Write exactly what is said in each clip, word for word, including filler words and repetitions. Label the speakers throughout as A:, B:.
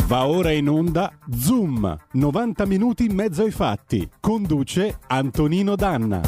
A: Va ora in onda Zoom, novanta minuti in mezzo ai fatti. Conduce Antonino Danna.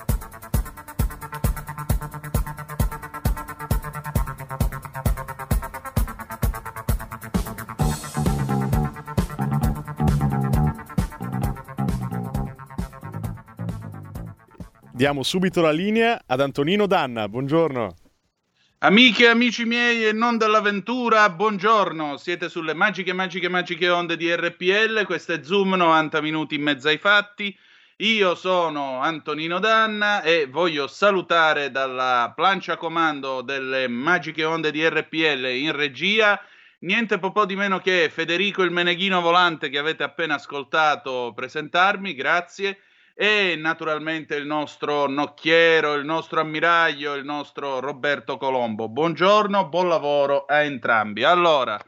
B: Diamo subito la linea ad Antonino Danna. Buongiorno.
C: Amiche e amici miei e non dell'avventura, buongiorno. Siete sulle magiche, magiche, magiche onde di R P L. Questo è Zoom, novanta minuti in mezzo ai fatti. Io sono Antonino Danna e voglio salutare dalla plancia comando delle magiche onde di R P L in regia niente po' di meno che Federico il Meneghino Volante, che avete appena ascoltato presentarmi, grazie. E naturalmente il nostro nocchiero, il nostro ammiraglio, il nostro Roberto Colombo. Buongiorno, buon lavoro a entrambi. Allora,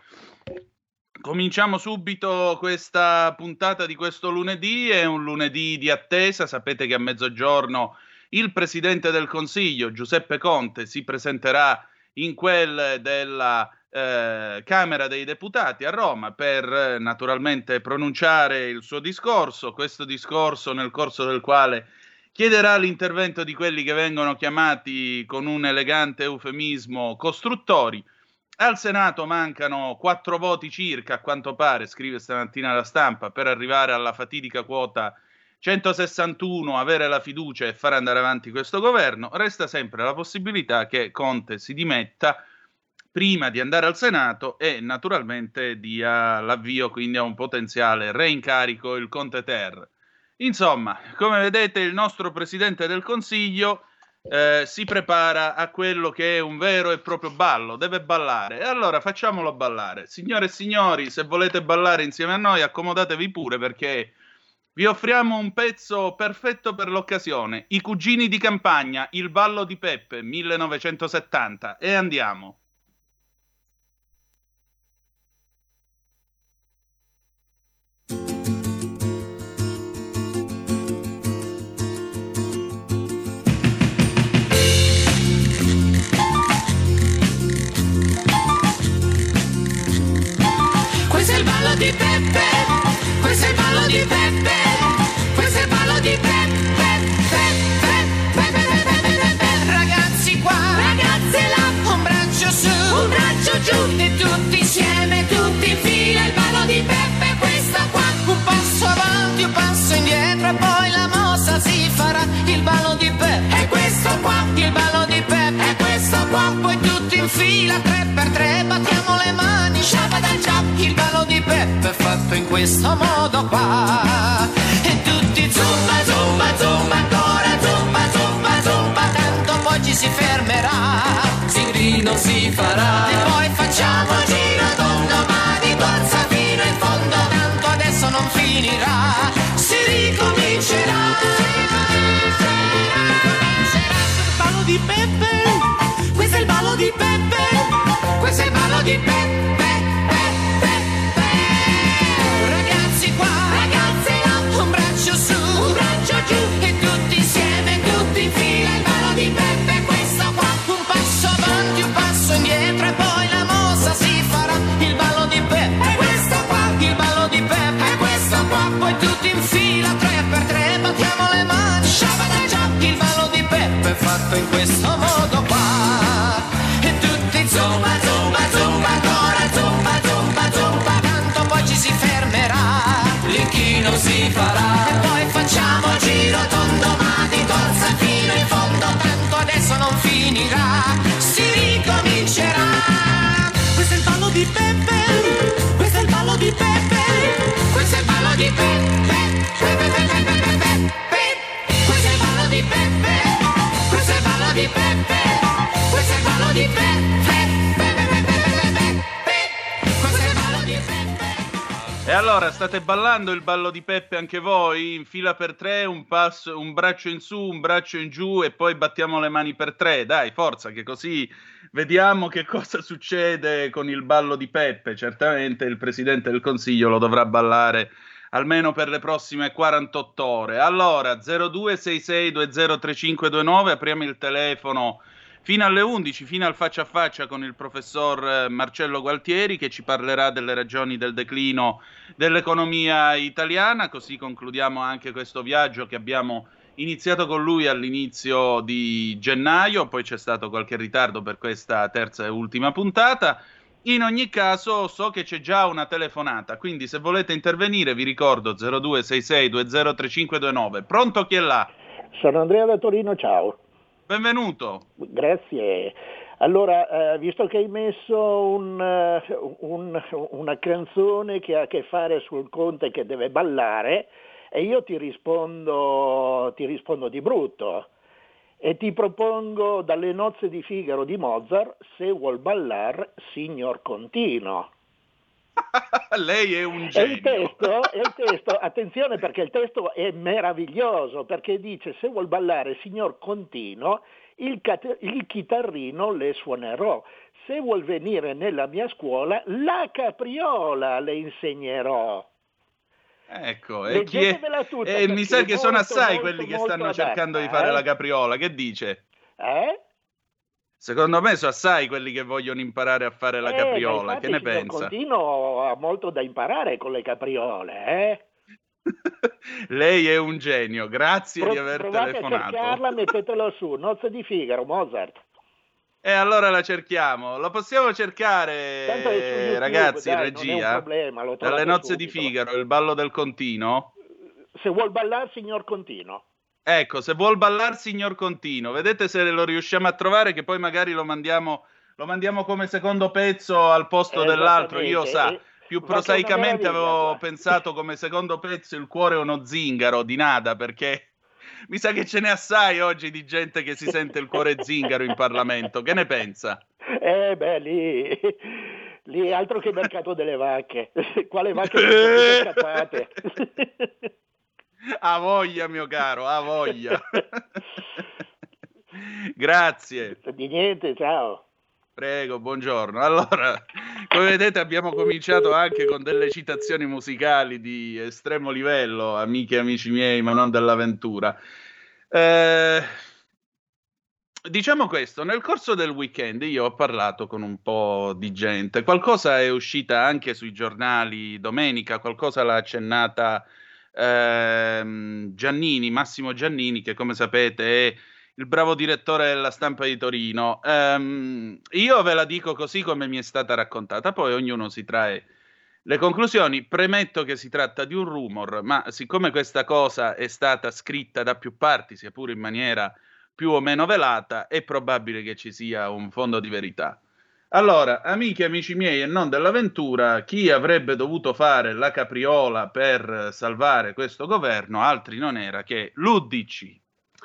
C: cominciamo subito questa puntata di questo lunedì. È un lunedì di attesa. Sapete che a mezzogiorno il Presidente del Consiglio, Giuseppe Conte, si presenterà in quel della Eh, Camera dei Deputati a Roma per eh, naturalmente pronunciare il suo discorso, questo discorso nel corso del quale chiederà l'intervento di quelli che vengono chiamati con un elegante eufemismo costruttori. Al Senato mancano quattro voti circa, a quanto pare, scrive stamattina La Stampa, per arrivare alla fatidica quota centosessantuno, avere la fiducia e far andare avanti questo governo. Resta sempre la possibilità che Conte si dimetta prima di andare al Senato e naturalmente dia l'avvio quindi a un potenziale reincarico il Conte Ter. Insomma, come vedete, il nostro Presidente del Consiglio eh, si prepara a quello che è un vero e proprio ballo, deve ballare. E allora facciamolo ballare. Signore e signori, se volete ballare insieme a noi, accomodatevi pure, perché vi offriamo un pezzo perfetto per l'occasione. I Cugini di Campagna, il ballo di Peppe, millenovecentosettanta. E andiamo.
D: Di Peppe, questo è il ballo di Peppe, questo è il ballo di Peppe, Peppe, Peppe, Peppe, Peppe. Ragazzi qua, ragazze là, un braccio su, un braccio giù, e tutti insieme, tutti in fila, il ballo di Peppe, questa qua. Un passo avanti, un passo indietro e poi la mossa si farà, il ballo di Peppe, è questo qua, il ballo di Peppe, è questo qua. Poi tutti in fila, tre per tre, battiamo le mani, sciaba dal giap, il ballo di Peppe fatto in questo modo qua. E tutti zumba, zumba, zumba, ancora zumba, zumba, zumba, tanto poi ci si fermerà, Sigrino si farà. E poi facciamo giro tondo, ma di corsa fino in fondo, tanto adesso non finirà, si ricomincerà. Il ballo di Peppe, questo è il ballo di Peppe, questo è il ballo di Peppe. E tutti insieme, tutti in fila, il ballo di Peppe, questo qua. Un passo avanti, un passo indietro e poi la mossa si farà, il ballo di Peppe, è questo qua, il ballo di Peppe, è questo qua. Poi tutti in fila, tre per tre, battiamo le mani, shabada-jab, il ballo di Peppe fatto in questo modo qua. E tutti zumba, zumba, zumba, ancora zumba, zumba, zumba, tanto poi ci si fermerà, l'inchino si farà. Facciamo giro tondo, ma di corsa fino in fondo, tanto adesso non finirà, si ricomincerà. Questo è il ballo di Peppe, questo è il ballo di Peppe, questo è il ballo di Peppe, Peppe, Peppe, Peppe, Peppe. Questo è il ballo di Peppe, questo è il ballo di Peppe, questo è il ballo di Peppe, Peppe, Peppe, Peppe, Peppe. Questo è il ballo di Peppe.
C: E allora, state ballando il ballo di Peppe anche voi? In fila per tre, un passo, un braccio in su, un braccio in giù e poi battiamo le mani per tre. Dai, forza, che così vediamo che cosa succede con il ballo di Peppe. Certamente il Presidente del Consiglio lo dovrà ballare almeno per le prossime quarantotto ore. Allora, zero due sei sei due zero tre cinque due nove, apriamo il telefono fino alle undici, fino al faccia a faccia con il professor Marcello Gualtieri, che ci parlerà delle ragioni del declino dell'economia italiana, così concludiamo anche questo viaggio che abbiamo iniziato con lui all'inizio di gennaio, poi c'è stato qualche ritardo per questa terza e ultima puntata. In ogni caso so che c'è già una telefonata, quindi se volete intervenire vi ricordo zero due sei sei due zero tre cinque due nove. Pronto, chi è là?
E: Sono Andrea da Torino, ciao.
C: Benvenuto.
E: Grazie. Allora, eh, visto che hai messo un, uh, un, una canzone che ha a che fare sul conte che deve ballare, e io ti rispondo, ti rispondo di brutto e ti propongo dalle nozze di Figaro di Mozart, se vuol ballar, signor Contino.
C: Lei è un genio.
E: E il testo, e il testo, attenzione perché il testo è meraviglioso, perché dice se vuol ballare signor Contino, il, cat- il chitarrino le suonerò, se vuol venire nella mia scuola, la capriola le insegnerò.
C: Ecco, e chi è?
E: Tutta,
C: E mi sa che
E: molto,
C: sono assai
E: molto,
C: quelli che
E: molto
C: stanno
E: adatta,
C: cercando di fare
E: eh?
C: la capriola, che dice?
E: Eh?
C: Secondo me sono assai quelli che vogliono imparare a fare la
E: Eh,
C: capriola,
E: infatti,
C: che ne
E: signor
C: pensa?
E: Contino ha molto da imparare con le capriole, eh?
C: Lei è un genio, grazie
E: Pro-
C: di aver
E: provate
C: telefonato.
E: a cercarla, mettetelo su, Nozze di Figaro, Mozart.
C: E allora la cerchiamo, lo possiamo
E: Tanto è su
C: cercare,
E: YouTube,
C: ragazzi, in
E: dai, non è un
C: regia?
E: problema, lo
C: Dalle
E: trovate
C: nozze di
E: subito.
C: Figaro, il ballo del Contino?
E: Se vuol ballare, signor Contino.
C: Ecco, se vuol ballar signor Contino, vedete se lo riusciamo a trovare, che poi magari lo mandiamo, lo mandiamo come secondo pezzo al posto dell'altro. Io sa,
E: Esattamente,
C: più
E: va che è una
C: prosaicamente
E: meraviglia,
C: avevo
E: qua.
C: pensato come secondo pezzo Il cuore è uno zingaro di Nada, perché mi sa che ce n'è assai oggi di gente che si sente il cuore zingaro in Parlamento. Che ne pensa?
E: Eh beh, lì, lì altro che mercato delle vacche. Quale vacche sono tutte scappate?
C: A voglia, mio caro, a voglia. Grazie.
E: Di niente, ciao.
C: Prego, buongiorno. Allora, come vedete abbiamo cominciato anche con delle citazioni musicali di estremo livello, amiche e amici miei, ma non dell'avventura. Eh, diciamo questo, nel corso del weekend io ho parlato con un po' di gente, qualcosa è uscita anche sui giornali domenica, qualcosa l'ha accennata ehm, Giannini, Massimo Giannini, che come sapete è il bravo direttore della Stampa di Torino. Um, io ve la dico così come mi è stata raccontata, poi ognuno si trae le conclusioni. Premetto che si tratta di un rumor, ma siccome questa cosa è stata scritta da più parti, sia pure in maniera più o meno velata, è probabile che ci sia un fondo di verità. Allora, amiche e amici miei e non dell'avventura, chi avrebbe dovuto fare la capriola per salvare questo governo, altri non era che l'U D C.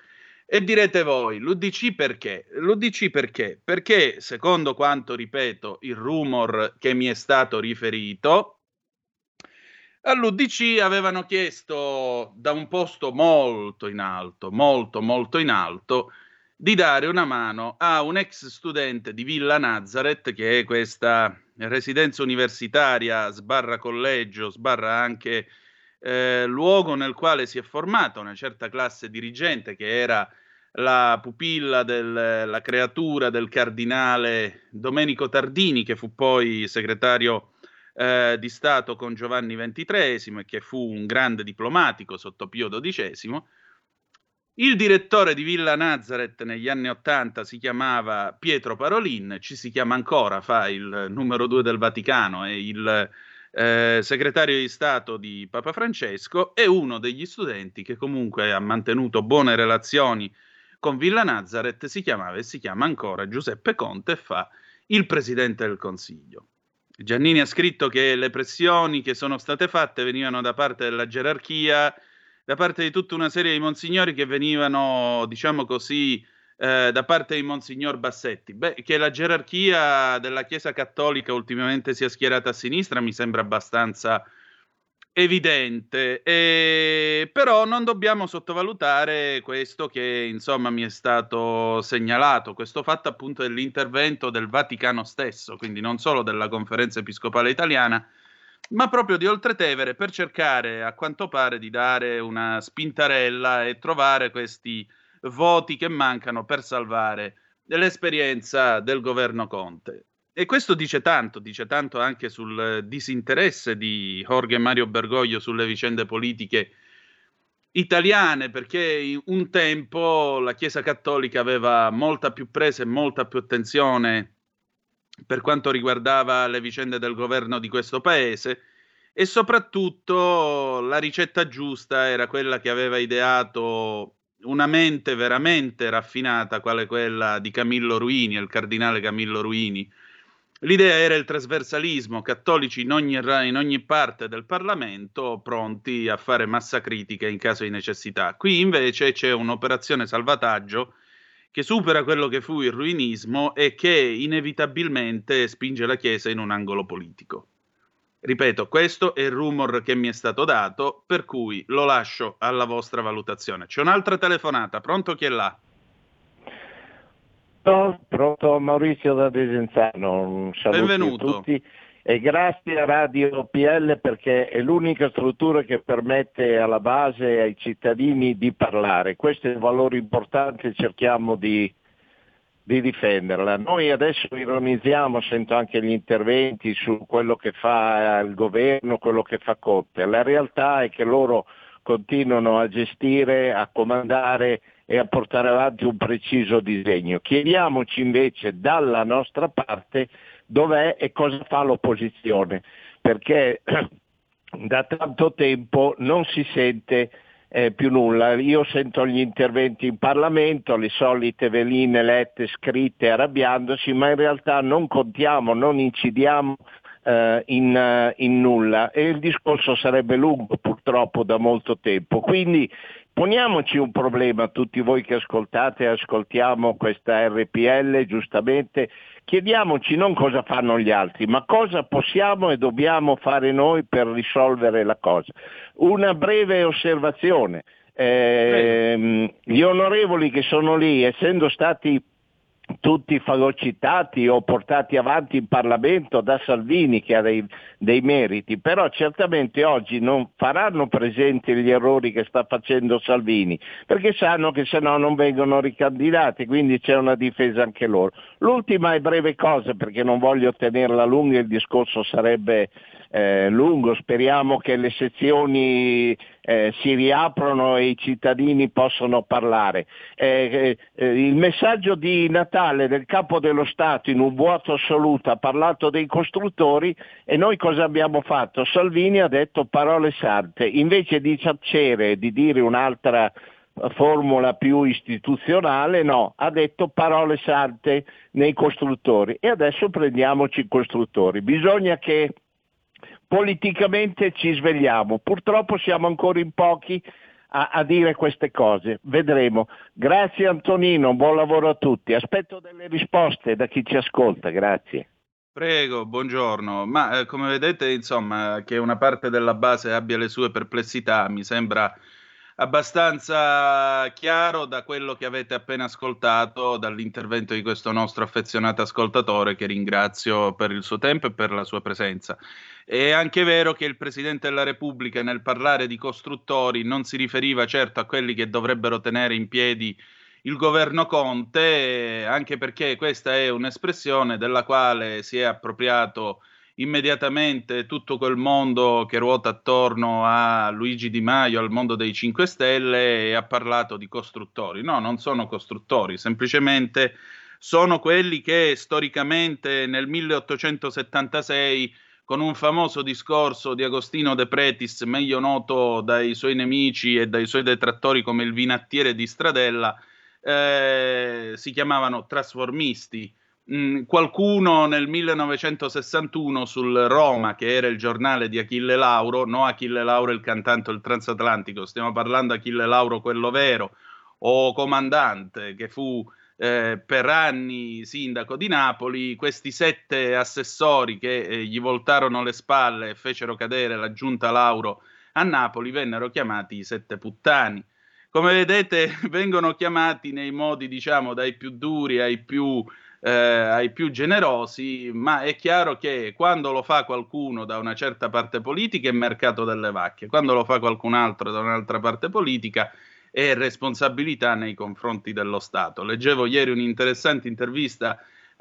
C: E direte voi, l'U D C perché? L'U D C perché? Perché, secondo quanto, ripeto, il rumor che mi è stato riferito, all'U D C avevano chiesto da un posto molto in alto, molto molto in alto, di dare una mano a un ex studente di Villa Nazareth, che è questa residenza universitaria, sbarra collegio, sbarra anche eh, luogo nel quale si è formata una certa classe dirigente, che era la pupilla della creatura del cardinale Domenico Tardini, che fu poi segretario eh, di Stato con Giovanni ventitreesimo e che fu un grande diplomatico sotto Pio dodicesimo. Il direttore di Villa Nazareth negli anni Ottanta si chiamava Pietro Parolin, ci si chiama ancora, fa il numero due del Vaticano, è il eh, segretario di Stato di Papa Francesco, e uno degli studenti che comunque ha mantenuto buone relazioni con Villa Nazareth si chiamava e si chiama ancora Giuseppe Conte e fa il presidente del Consiglio. Giannini ha scritto che le pressioni che sono state fatte venivano da parte della gerarchia, da parte di tutta una serie di monsignori che venivano, diciamo così, eh, da parte di Monsignor Bassetti. Beh, che la gerarchia della Chiesa Cattolica ultimamente sia schierata a sinistra mi sembra abbastanza evidente, e però non dobbiamo sottovalutare questo che insomma mi è stato segnalato, questo fatto appunto dell'intervento del Vaticano stesso, quindi non solo della Conferenza Episcopale Italiana, ma proprio di Oltretevere, per cercare a quanto pare di dare una spintarella e trovare questi voti che mancano per salvare dell'esperienza del governo Conte. E questo dice tanto, dice tanto anche sul disinteresse di Jorge Mario Bergoglio sulle vicende politiche italiane, perché un tempo la Chiesa Cattolica aveva molta più presa e molta più attenzione per quanto riguardava le vicende del governo di questo paese, e soprattutto la ricetta giusta era quella che aveva ideato una mente veramente raffinata, quale quella di Camillo Ruini, il cardinale Camillo Ruini. L'idea era il trasversalismo, cattolici in ogni, in ogni parte del Parlamento, pronti a fare massa critica in caso di necessità. Qui invece c'è un'operazione salvataggio che supera quello che fu il ruinismo e che inevitabilmente spinge la Chiesa in un angolo politico. Ripeto, questo è il rumor che mi è stato dato, per cui lo lascio alla vostra valutazione. C'è un'altra telefonata, pronto, chi è là?
F: Pronto, Maurizio da Desenzano, un saluto
C: Benvenuto.
F: a tutti e grazie a Radio P L perché è l'unica struttura che permette alla base e ai cittadini di parlare. Questo è un valore importante, cerchiamo di, di difenderla. Noi adesso ironizziamo, sento anche gli interventi su quello che fa il governo, quello che fa Conte. La realtà è che loro continuano a gestire, a comandare e a portare avanti un preciso disegno. Chiediamoci invece dalla nostra parte dov'è e cosa fa l'opposizione, perché da tanto tempo non si sente eh, più nulla. Io sento gli interventi in Parlamento, le solite veline lette, scritte, arrabbiandosi, ma in realtà non contiamo, non incidiamo eh, in, uh, in nulla, e il discorso sarebbe lungo purtroppo da molto tempo. Quindi poniamoci un problema, tutti voi che ascoltate e ascoltiamo questa R P L, giustamente, chiediamoci non cosa fanno gli altri, ma cosa possiamo e dobbiamo fare noi per risolvere la cosa. Una breve osservazione. Eh, gli onorevoli che sono lì, essendo stati tutti fagocitati o portati avanti in Parlamento da Salvini, che ha dei, dei meriti, però certamente oggi non faranno presenti gli errori che sta facendo Salvini, perché sanno che se no non vengono ricandidati, quindi c'è una difesa anche loro. L'ultima è breve cosa, perché non voglio tenerla lunga, il discorso sarebbe eh, lungo, speriamo che le sezioni eh, si riaprono e i cittadini possono parlare. Eh, eh, il messaggio di Natale del Capo dello Stato in un vuoto assoluto ha parlato dei costruttori, e noi cosa abbiamo fatto? Salvini ha detto parole sante, invece di tacere, di dire un'altra formula più istituzionale, no, ha detto parole sante nei costruttori, e adesso prendiamoci i costruttori. Bisogna che politicamente ci svegliamo, purtroppo siamo ancora in pochi a, a dire queste cose, vedremo. Grazie Antonino, buon lavoro a tutti, aspetto delle risposte da chi ci ascolta, grazie.
C: Prego, buongiorno. Ma eh, come vedete, insomma, che una parte della base abbia le sue perplessità mi sembra abbastanza chiaro da quello che avete appena ascoltato, dall'intervento di questo nostro affezionato ascoltatore, che ringrazio per il suo tempo e per la sua presenza. È anche vero che il Presidente della Repubblica, nel parlare di costruttori, non si riferiva certo a quelli che dovrebbero tenere in piedi il governo Conte, anche perché questa è un'espressione della quale si è appropriato immediatamente tutto quel mondo che ruota attorno a Luigi Di Maio, al mondo dei cinque Stelle, e ha parlato di costruttori. No, non sono costruttori, semplicemente sono quelli che storicamente nel milleottocentosettantasei, con un famoso discorso di Agostino De Pretis, meglio noto dai suoi nemici e dai suoi detrattori come il vinattiere di Stradella, eh, si chiamavano trasformisti. Mm, qualcuno nel millenovecentosessantuno sul Roma, che era il giornale di Achille Lauro, no Achille Lauro il cantante del transatlantico, stiamo parlando di Achille Lauro quello vero, o comandante, che fu eh, per anni sindaco di Napoli, questi sette assessori che eh, gli voltarono le spalle e fecero cadere la giunta Lauro a Napoli vennero chiamati i sette puttani. Come vedete, vengono chiamati nei modi, diciamo, dai più duri ai più Eh, ai più generosi, ma è chiaro che quando lo fa qualcuno da una certa parte politica è mercato delle vacche, quando lo fa qualcun altro da un'altra parte politica e responsabilità nei confronti dello Stato. Leggevo ieri un'interessante intervista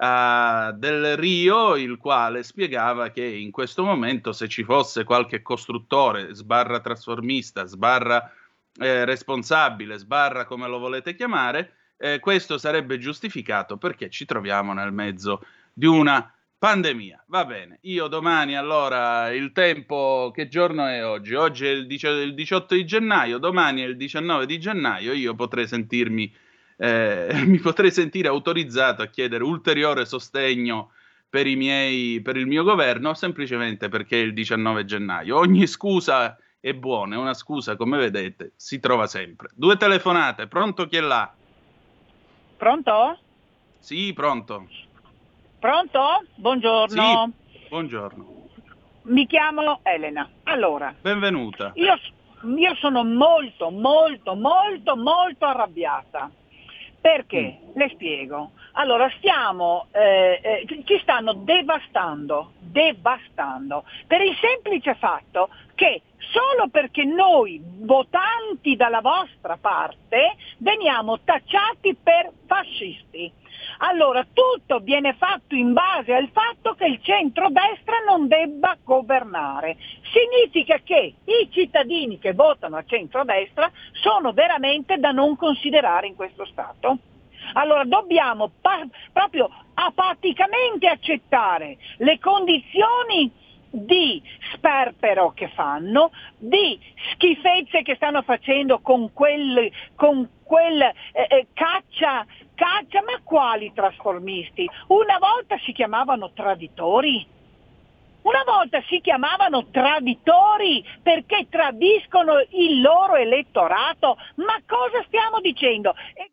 C: a Del Rio, il quale spiegava che in questo momento, se ci fosse qualche costruttore, sbarra trasformista, sbarra eh, responsabile, sbarra come lo volete chiamare, eh, questo sarebbe giustificato perché ci troviamo nel mezzo di una pandemia. Va bene, io domani allora, il tempo, che giorno è oggi? Oggi è il diciotto di gennaio, domani è il diciannove di gennaio, io potrei sentirmi, eh, mi potrei sentire autorizzato a chiedere ulteriore sostegno per i miei, per il mio governo, semplicemente perché è il diciannove gennaio. Ogni scusa è buona, è una scusa, come vedete, si trova sempre. Due telefonate, pronto, chi è là?
G: Pronto?
C: Sì, pronto.
G: Pronto? Buongiorno.
C: Sì, buongiorno.
G: Mi chiamo Elena. Allora,
C: benvenuta.
G: Io, io sono molto, molto, molto, molto arrabbiata. Perché? Mm. Le spiego. Allora, stiamo, eh, eh, ci stanno devastando, devastando, per il semplice fatto che solo perché noi, votanti dalla vostra parte, veniamo tacciati per fascisti. Allora, tutto viene fatto in base al fatto che il centrodestra non debba governare. Significa che i cittadini che votano a centrodestra sono veramente da non considerare in questo Stato. Allora dobbiamo pa- proprio apaticamente accettare le condizioni di sperpero che fanno, di schifezze che stanno facendo con quel, con quel eh, eh, caccia, caccia, ma quali trasformisti? Una volta si chiamavano traditori, una volta si chiamavano traditori perché tradiscono il loro elettorato, ma cosa stiamo dicendo? E...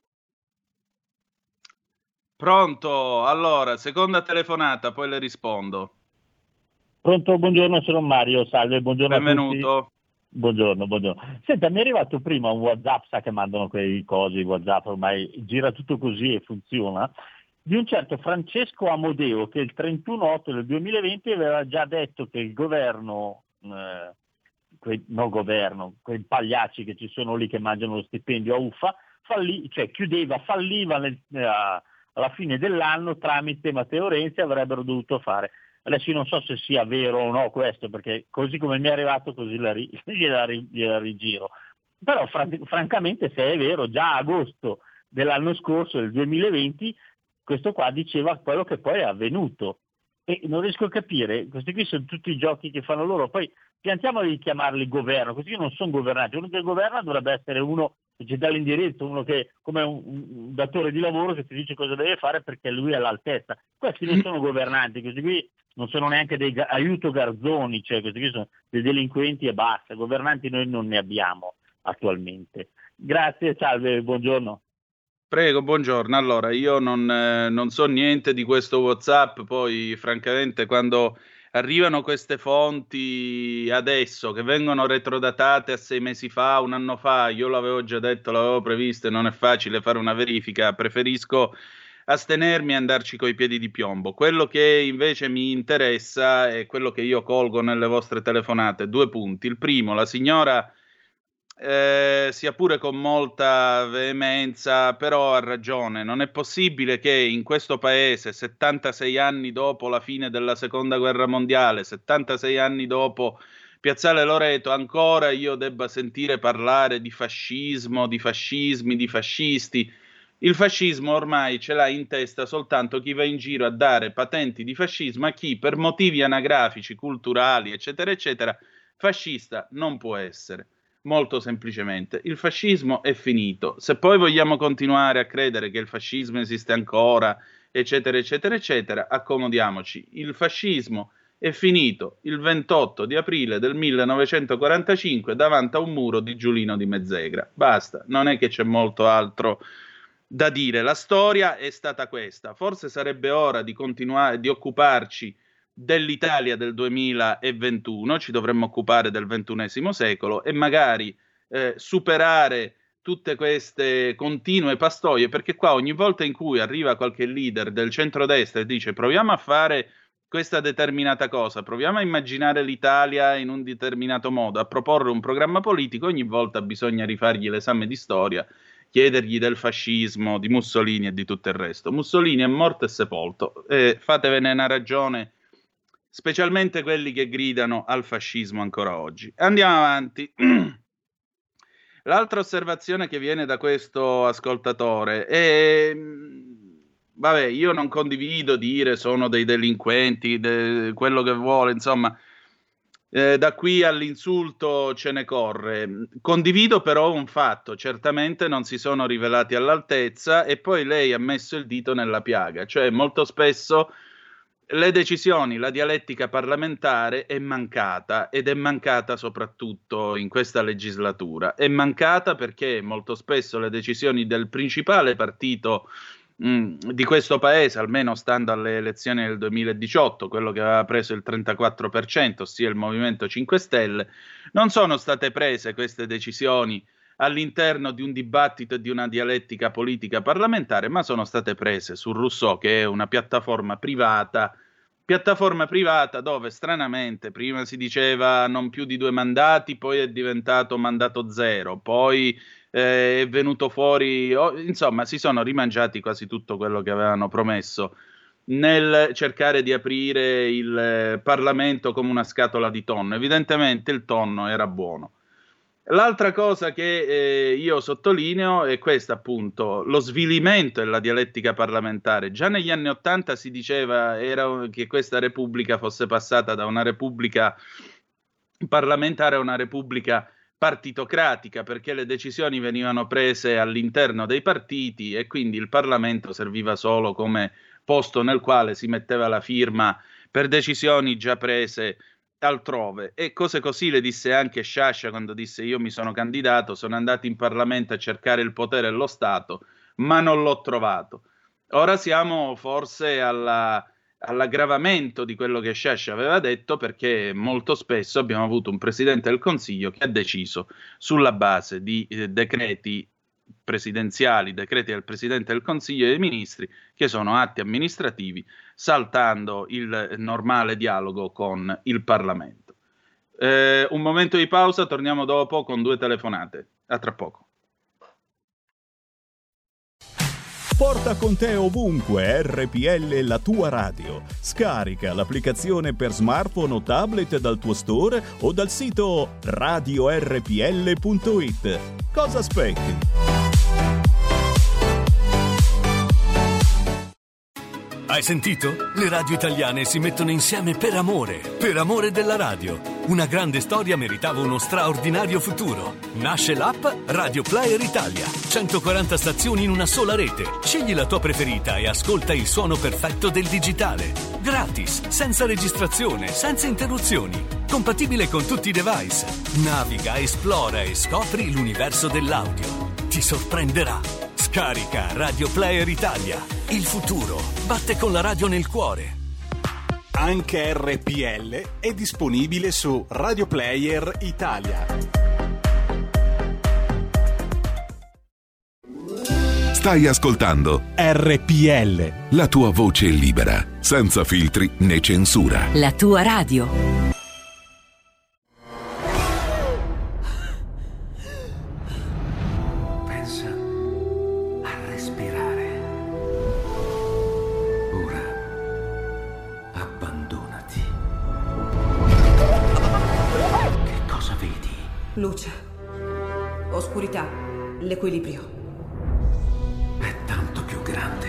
C: Pronto, allora, seconda telefonata, poi le rispondo.
H: Pronto, buongiorno, sono Mario, salve, buongiorno
C: benvenuto.
H: A tutti. Buongiorno, buongiorno. Senta, mi è arrivato prima un WhatsApp, sa che mandano quei cosi, WhatsApp ormai gira tutto così e funziona, di un certo Francesco Amodeo che il trentuno otto del duemilaventi aveva già detto che il governo, eh, quei, no governo, quei pagliacci che ci sono lì che mangiano lo stipendio a uffa, fallì, cioè chiudeva, falliva nel, eh, alla fine dell'anno tramite Matteo Renzi, avrebbero dovuto fare. Adesso io non so se sia vero o no questo, perché così come mi è arrivato così la, ri- gliela, ri- gliela rigiro. Però fran- francamente se è vero, già a agosto dell'anno scorso, del duemilaventi, questo qua diceva quello che poi è avvenuto. E non riesco a capire, questi qui sono tutti i giochi che fanno loro, poi piantiamo di chiamarli governo, questi non sono governanti, uno che governa dovrebbe essere uno che ci dà l'indirizzo, uno che come un, un datore di lavoro che ti dice cosa deve fare perché lui è all'altezza. Questi non sono governanti, questi qui non sono neanche dei ga- aiuto garzoni, cioè questi qui sono dei delinquenti e basta, governanti noi non ne abbiamo attualmente. Grazie, salve, buongiorno.
C: Prego, buongiorno. Allora, io non, eh, non so niente di questo WhatsApp, poi francamente quando arrivano queste fonti adesso, che vengono retrodatate a sei mesi fa, un anno fa, io l'avevo già detto, l'avevo previsto e non è facile fare una verifica, preferisco astenermi e andarci coi piedi di piombo. Quello che invece mi interessa è quello che io colgo nelle vostre telefonate, due punti. Il primo, la signora, eh, sia pure con molta veemenza, però ha ragione. Non è possibile che in questo paese, settantasei anni dopo la fine della seconda guerra mondiale, settantasei anni dopo Piazzale Loreto, ancora io debba sentire parlare di fascismo, di fascismi, di fascisti. Il fascismo ormai ce l'ha in testa soltanto chi va in giro a dare patenti di fascismo a chi per motivi anagrafici, culturali, eccetera, eccetera, fascista non può essere. Molto semplicemente, il fascismo è finito. Se poi vogliamo continuare a credere che il fascismo esiste ancora, eccetera, eccetera, eccetera, accomodiamoci. Il fascismo è finito il ventotto di aprile del millenovecentoquarantacinque davanti a un muro di Giulino di Mezzegra. Basta, non è che c'è molto altro da dire. La storia è stata questa. Forse sarebbe ora di continuare, di occuparci dell'Italia del duemilaventuno, ci dovremmo occupare del ventunesimo secolo e magari eh, superare tutte queste continue pastoie, perché qua ogni volta in cui arriva qualche leader del centrodestra e dice proviamo a fare questa determinata cosa, proviamo a immaginare l'Italia in un determinato modo, a proporre un programma politico, ogni volta bisogna rifargli l'esame di storia, chiedergli del fascismo, di Mussolini e di tutto il resto. Mussolini è morto e sepolto, e fatevene una ragione, specialmente quelli che gridano al fascismo ancora oggi. Andiamo avanti. L'altra osservazione che viene da questo ascoltatore è... Vabbè, io non condivido dire sono dei delinquenti, de, quello che vuole, insomma, eh, da qui all'insulto ce ne corre. Condivido però un fatto, certamente non si sono rivelati all'altezza e poi lei ha messo il dito nella piaga, cioè molto spesso le decisioni, la dialettica parlamentare è mancata ed è mancata soprattutto in questa legislatura. È mancata perché molto spesso le decisioni del principale partito di questo paese, almeno stando alle elezioni del duemiladiciotto, quello che aveva preso il trentaquattro per cento, ossia il Movimento cinque Stelle, non sono state prese queste decisioni all'interno di un dibattito e di una dialettica politica parlamentare, ma sono state prese su Rousseau, che è una piattaforma privata, piattaforma privata dove stranamente prima si diceva non più di due mandati, poi è diventato mandato zero, poi Eh, è venuto fuori, oh, insomma si sono rimangiati quasi tutto quello che avevano promesso nel cercare di aprire il eh, Parlamento come una scatola di tonno. Evidentemente il tonno era buono. L'altra cosa che eh, io sottolineo è questa, appunto, lo svilimento della dialettica parlamentare. Già negli anni Ottanta si diceva era, che questa Repubblica fosse passata da una Repubblica parlamentare a una Repubblica partitocratica, perché le decisioni venivano prese all'interno dei partiti e quindi il Parlamento serviva solo come posto nel quale si metteva la firma per decisioni già prese altrove. E cose così le disse anche Sciascia quando disse: io mi sono candidato, sono andato in Parlamento a cercare il potere dello Stato, ma non l'ho trovato. Ora siamo forse alla all'aggravamento di quello che Sciascia aveva detto, perché molto spesso abbiamo avuto un Presidente del Consiglio che ha deciso sulla base di eh, decreti presidenziali, decreti del Presidente del Consiglio dei Ministri, che sono atti amministrativi, saltando il normale dialogo con il Parlamento. Eh, un momento di pausa, torniamo dopo con due telefonate. A tra poco.
I: Porta con te ovunque R P L, la tua radio. Scarica l'applicazione per smartphone o tablet dal tuo store o dal sito radio R P L punto it. Cosa aspetti?
J: Hai sentito? Le radio italiane si mettono insieme per amore, per amore della radio. Una grande storia meritava uno straordinario futuro. Nasce l'app Radio Player Italia. centoquaranta stazioni in una sola rete. Scegli la tua preferita e ascolta il suono perfetto del digitale. Gratis, senza registrazione, senza interruzioni. Compatibile con tutti i device. Naviga, esplora e scopri l'universo dell'audio. Ti sorprenderà. Scarica Radio Player Italia. Il futuro batte con la radio nel cuore.
A: Anche R P L è disponibile su Radio Player Italia.
K: Stai ascoltando
A: R P L,
K: la tua voce libera, senza filtri né censura.
L: La tua radio.
M: Luce, oscurità, l'equilibrio.
N: È tanto più grande.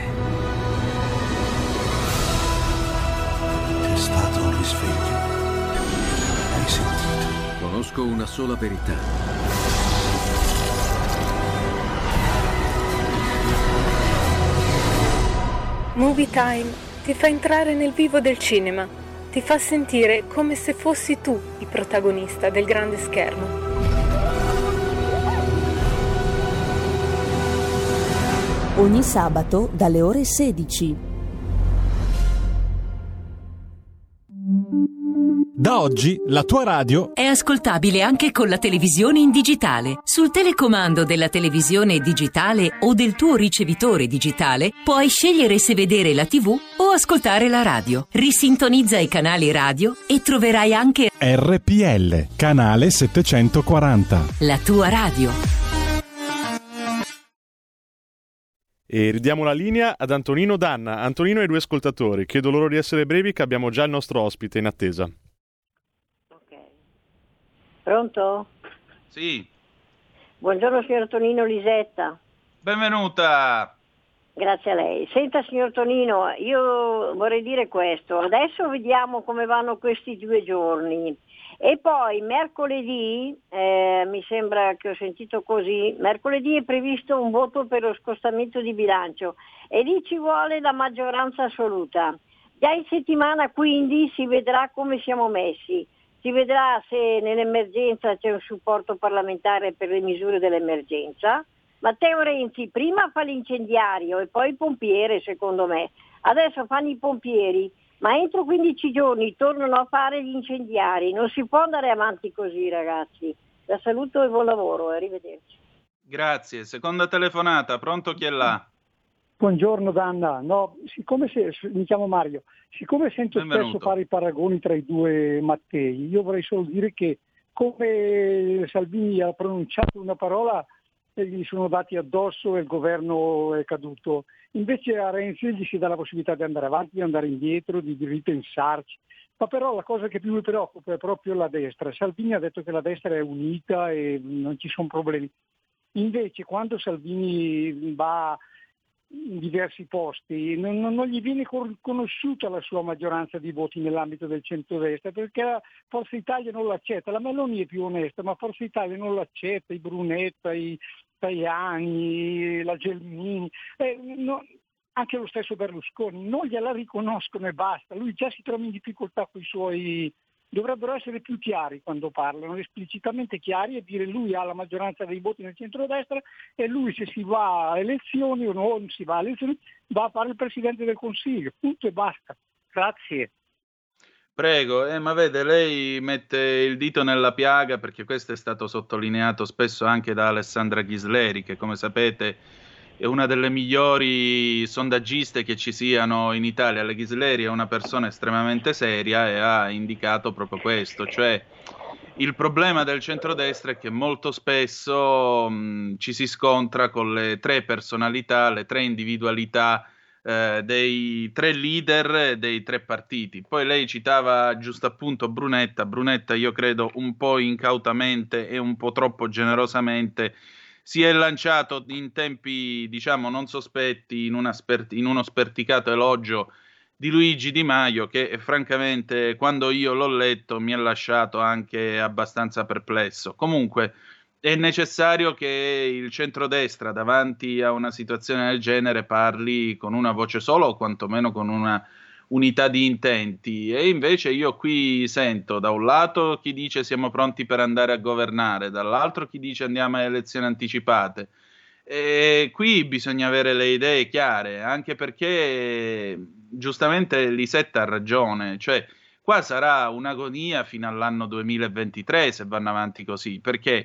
O: C'è stato un risveglio. Hai sentito?
N: Conosco una sola verità.
P: Movie Time ti fa entrare nel vivo del cinema, ti fa sentire come se fossi tu il protagonista del grande schermo.
Q: Ogni sabato dalle ore sedici.
A: Da oggi la tua radio
L: è ascoltabile anche con la televisione in digitale. Sul telecomando della televisione digitale o del tuo ricevitore digitale puoi scegliere se vedere la tivù o ascoltare la radio. Risintonizza i canali radio e troverai anche
A: R P L, canale settecentoquaranta.
L: La tua radio.
B: E ridiamo la linea ad Antonino Danna. Antonino e i due ascoltatori. Chiedo loro di essere brevi, che abbiamo già il nostro ospite in attesa.
R: Ok. Pronto?
C: Sì.
R: Buongiorno signor Tonino, Lisetta.
C: Benvenuta.
R: Grazie a lei. Senta signor Tonino, io vorrei dire questo. Adesso vediamo come vanno questi due giorni. E poi mercoledì, eh, mi sembra che ho sentito così, mercoledì è previsto un voto per lo scostamento di bilancio e lì ci vuole la maggioranza assoluta. Già in settimana quindi si vedrà come siamo messi, si vedrà se nell'emergenza c'è un supporto parlamentare per le misure dell'emergenza. Matteo Renzi prima fa l'incendiario e poi il pompiere, secondo me. Adesso fanno i pompieri. Ma entro quindici giorni tornano a fare gli incendiari. Non si può andare avanti così, ragazzi. La saluto e buon lavoro, arrivederci.
C: Grazie. Seconda telefonata, pronto, chi è là?
S: Buongiorno Danna. No, siccome se, mi chiamo Mario, siccome sento
C: Benvenuto.
S: spesso fare i paragoni tra i due Mattei, io vorrei solo dire che come Salvini ha pronunciato una parola e gli sono dati addosso e il governo è caduto. Invece a Renzi gli si dà la possibilità di andare avanti, di andare indietro, di, di ripensarci. Ma però la cosa che più mi preoccupa è proprio la destra. Salvini ha detto che la destra è unita e non ci sono problemi. Invece quando Salvini va in diversi posti non, non, non gli viene conosciuta la sua maggioranza di voti nell'ambito del centrodestra, perché la Forza Italia non l'accetta. La Meloni è più onesta, ma Forza Italia non l'accetta, i Brunetta, i Tajani, la Gelmini, eh, no, anche lo stesso Berlusconi, non gliela riconoscono e basta. Lui già si trova in difficoltà con i suoi... Dovrebbero essere più chiari quando parlano, esplicitamente chiari, e dire lui ha la maggioranza dei voti nel centrodestra e lui, se si va a elezioni o non si va a elezioni, va a fare il Presidente del Consiglio, punto e basta. Grazie.
C: Prego, eh, ma vede, lei mette il dito nella piaga, perché questo è stato sottolineato spesso anche da Alessandra Ghisleri, che come sapete è una delle migliori sondaggiste che ci siano in Italia. La Ghisleri è una persona estremamente seria e ha indicato proprio questo, cioè il problema del centrodestra è che molto spesso mh, ci si scontra con le tre personalità, le tre individualità eh, dei tre leader dei tre partiti. Poi lei citava giusto appunto Brunetta. Brunetta, io credo un po' incautamente e un po' troppo generosamente si è lanciato in tempi, diciamo, non sospetti in, una sper- in uno sperticato elogio di Luigi Di Maio, che francamente quando io l'ho letto mi ha lasciato anche abbastanza perplesso. Comunque è necessario che il centrodestra davanti a una situazione del genere parli con una voce sola o quantomeno con una unità di intenti, e invece io qui sento da un lato chi dice siamo pronti per andare a governare, dall'altro chi dice andiamo a elezioni anticipate. E qui bisogna avere le idee chiare, anche perché giustamente Lisetta ha ragione, cioè qua sarà un'agonia fino all'anno duemilaventitré se vanno avanti così, perché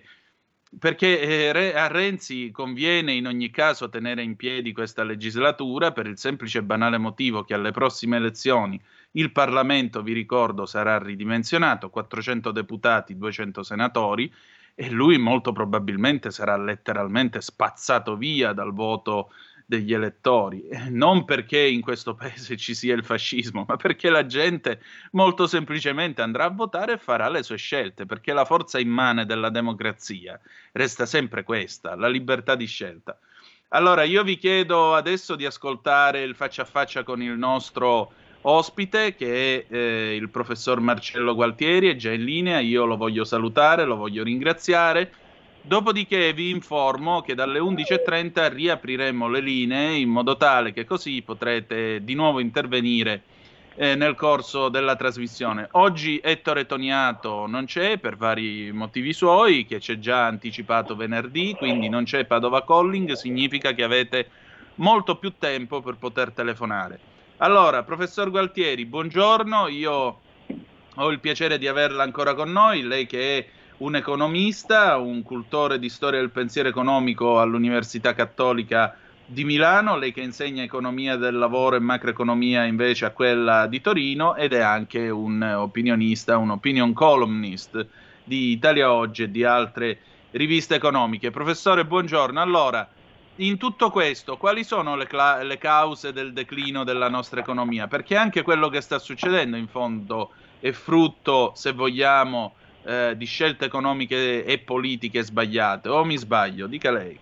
C: perché eh, a Renzi conviene in ogni caso tenere in piedi questa legislatura per il semplice e banale motivo che alle prossime elezioni il Parlamento, vi ricordo, sarà ridimensionato, quattrocento deputati, duecento senatori, e lui molto probabilmente sarà letteralmente spazzato via dal voto degli elettori, non perché in questo paese ci sia il fascismo, ma perché la gente molto semplicemente andrà a votare e farà le sue scelte, perché la forza immane della democrazia resta sempre questa, la libertà di scelta. Allora io vi chiedo adesso di ascoltare il faccia a faccia con il nostro ospite, che è eh, il professor Marcello Gualtieri, è già in linea, io lo voglio salutare, lo voglio ringraziare. Dopodiché vi informo che dalle undici e trenta riapriremo le linee in modo tale che così potrete di nuovo intervenire eh, nel corso della trasmissione. Oggi Ettore Toniato non c'è per vari motivi suoi, che c'è già anticipato venerdì, quindi non c'è Padova Calling, significa che avete molto più tempo per poter telefonare. Allora, professor Gualtieri, buongiorno, io ho il piacere di averla ancora con noi, lei che è un economista, un cultore di storia del pensiero economico all'Università Cattolica di Milano, lei che insegna economia del lavoro e macroeconomia invece a quella di Torino, ed è anche un opinionista, un opinion columnist di Italia Oggi e di altre riviste economiche. Professore, buongiorno. Allora, in tutto questo, quali sono le, cla- le cause del declino della nostra economia? Perché anche quello che sta succedendo, in fondo, è frutto, se vogliamo, eh, di scelte economiche e politiche sbagliate. O mi sbaglio? Dica lei.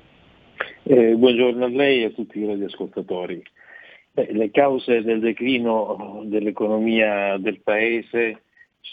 F: Eh, buongiorno a lei e a tutti i radioascoltatori. Beh, le cause del declino dell'economia del Paese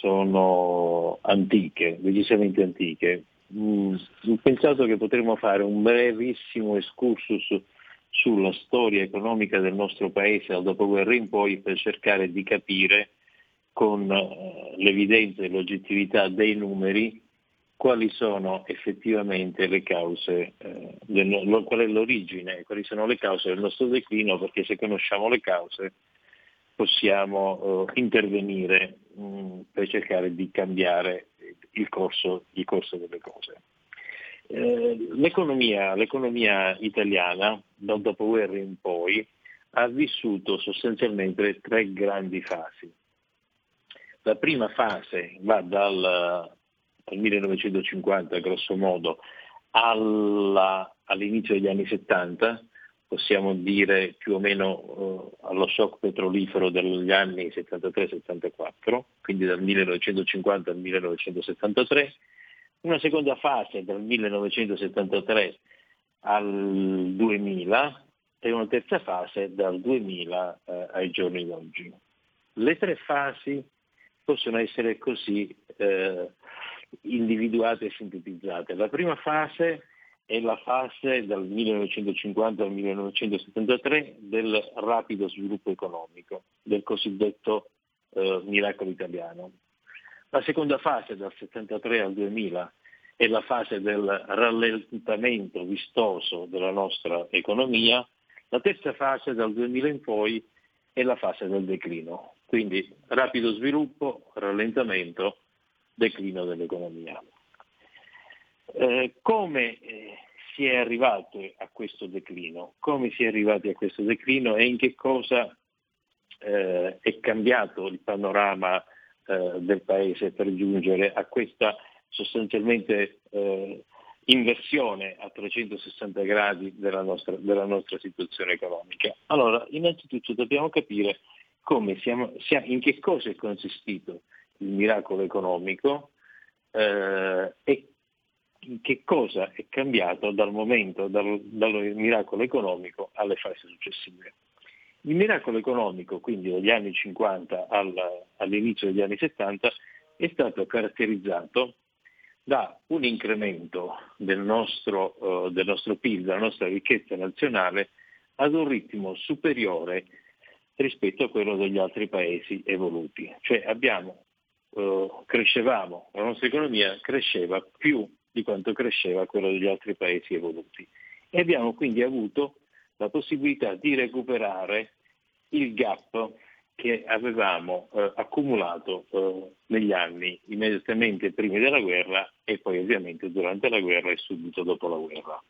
F: sono antiche, decisamente antiche. Mm, ho pensato che potremmo fare un brevissimo excursus sulla storia economica del nostro Paese dal dopoguerra in poi per cercare di capire con eh, l'evidenza e l'oggettività dei numeri quali sono effettivamente le cause, eh, del, qual è l'origine, quali sono le cause del nostro declino, perché se conosciamo le cause possiamo eh, intervenire mh, per cercare di cambiare il corso, il corso delle cose. Eh, l'economia, l'economia italiana dal dopoguerra in poi ha vissuto sostanzialmente tre grandi fasi. La prima fase va dal dal millenovecentocinquanta grosso modo alla, all'inizio degli anni settanta, possiamo dire più o meno uh, allo shock petrolifero degli anni settantatré settantaquattro, quindi dal millenovecentocinquanta al millenovecentosettantatré, una seconda fase dal millenovecentosettantatré al duemila e una terza fase dal duemila uh, ai giorni d'oggi. Le tre fasi possono essere così eh, individuate e sintetizzate. La prima fase è la fase dal millenovecentocinquanta al millenovecentosettantatré del rapido sviluppo economico, del cosiddetto eh, miracolo italiano. La seconda fase dal settantatré al duemila è la fase del rallentamento vistoso della nostra economia. La terza fase dal duemila in poi è la fase del declino, quindi rapido sviluppo, rallentamento, declino dell'economia. Eh, come eh, si è arrivato a questo declino? Come si è arrivati a questo declino e in che cosa eh, è cambiato il panorama eh, del Paese per giungere a questa sostanzialmente eh, inversione a trecentosessanta gradi della nostra, della nostra situazione economica? Allora, innanzitutto dobbiamo capire come siamo, siamo, in che cosa è consistito il miracolo economico eh, e in che cosa è cambiato dal momento, dal, dal miracolo economico alle fasi successive. Il miracolo economico, quindi dagli anni cinquanta al, all'inizio degli anni settanta, è stato caratterizzato da un incremento del nostro, uh, del nostro P I L, della nostra ricchezza nazionale, ad un ritmo superiore rispetto a quello degli altri paesi evoluti. Cioè abbiamo, uh, crescevamo, la nostra economia cresceva più di quanto cresceva quello degli altri paesi evoluti. E abbiamo quindi avuto la possibilità di recuperare il gap che avevamo eh, accumulato eh, negli anni immediatamente prima della guerra e poi ovviamente durante la guerra e subito dopo la guerra.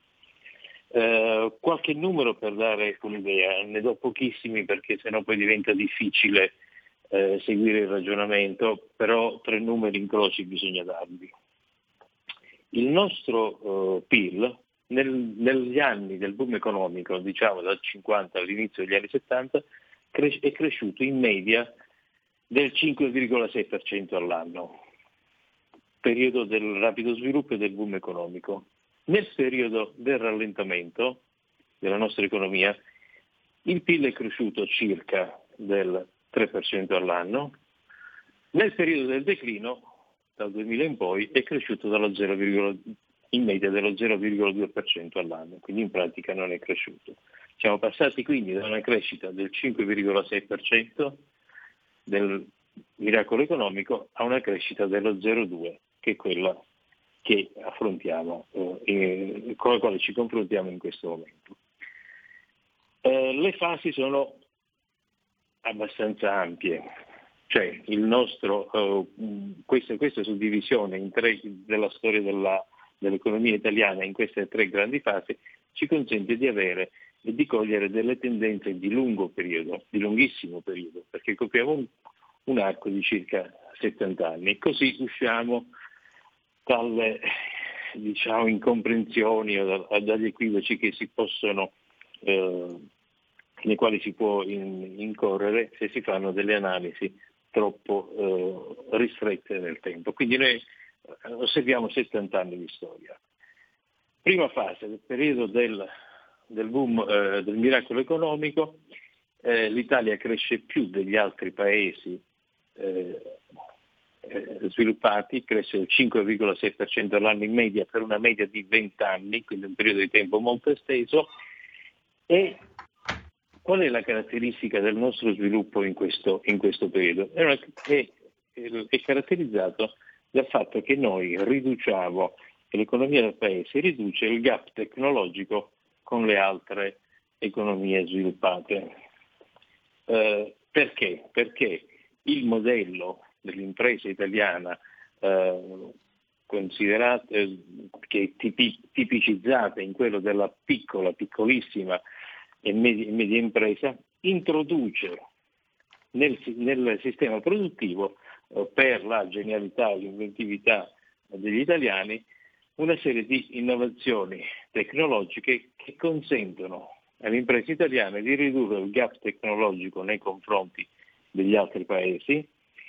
F: Eh, qualche numero per dare un'idea, ne do pochissimi perché sennò poi diventa difficile eh, seguire il ragionamento, però tre numeri incroci bisogna darvi. Il nostro eh, P I L nel, negli anni del boom economico, diciamo dal cinquanta all'inizio degli anni settanta, cres- è cresciuto in media del cinque virgola sei per cento all'anno, periodo del rapido sviluppo e del boom economico. Nel periodo del rallentamento della nostra economia, il P I L è cresciuto circa del tre per cento all'anno, nel periodo del declino, dal duemila in poi, è cresciuto dallo zero, in media dello zero virgola due per cento all'anno, quindi in pratica non è cresciuto. Siamo passati quindi da una crescita del cinque virgola sei per cento del miracolo economico a una crescita dello zero virgola due per cento, che è quella che affrontiamo, eh, con la quale ci confrontiamo in questo momento. Eh, le fasi sono abbastanza ampie.
T: Cioè il nostro, uh, questa, questa suddivisione in tre della storia della, dell'economia italiana in queste tre grandi fasi ci consente di avere e di cogliere delle tendenze di lungo periodo, di lunghissimo periodo, perché copriamo un, un arco di circa settanta anni. Così usciamo dalle, diciamo, incomprensioni o da, dagli equivoci che si possono, eh, nei quali si può in, incorrere se si fanno delle analisi troppo eh, ristrette nel tempo. Quindi noi osserviamo settanta anni di storia. Prima fase, del periodo del, del boom, eh, del miracolo economico, eh, l'Italia cresce più degli altri paesi eh, eh, sviluppati, cresce il cinque virgola sei per cento all'anno in media per una media di venti anni, quindi un periodo di tempo molto esteso. E qual è la caratteristica del nostro sviluppo in questo, in questo periodo? È, una, è, è caratterizzato dal fatto che noi riduciamo, che l'economia del paese riduce il gap tecnologico con le altre economie sviluppate. Eh, perché? Perché il modello dell'impresa italiana, eh, considerata, eh, che è tipi, tipicizzata in quello della piccola, piccolissima e media, media impresa, introduce nel, nel sistema produttivo, eh, per la genialità e l'inventività degli italiani, una serie di innovazioni tecnologiche che consentono alle imprese italiane di ridurre il gap tecnologico nei confronti degli altri paesi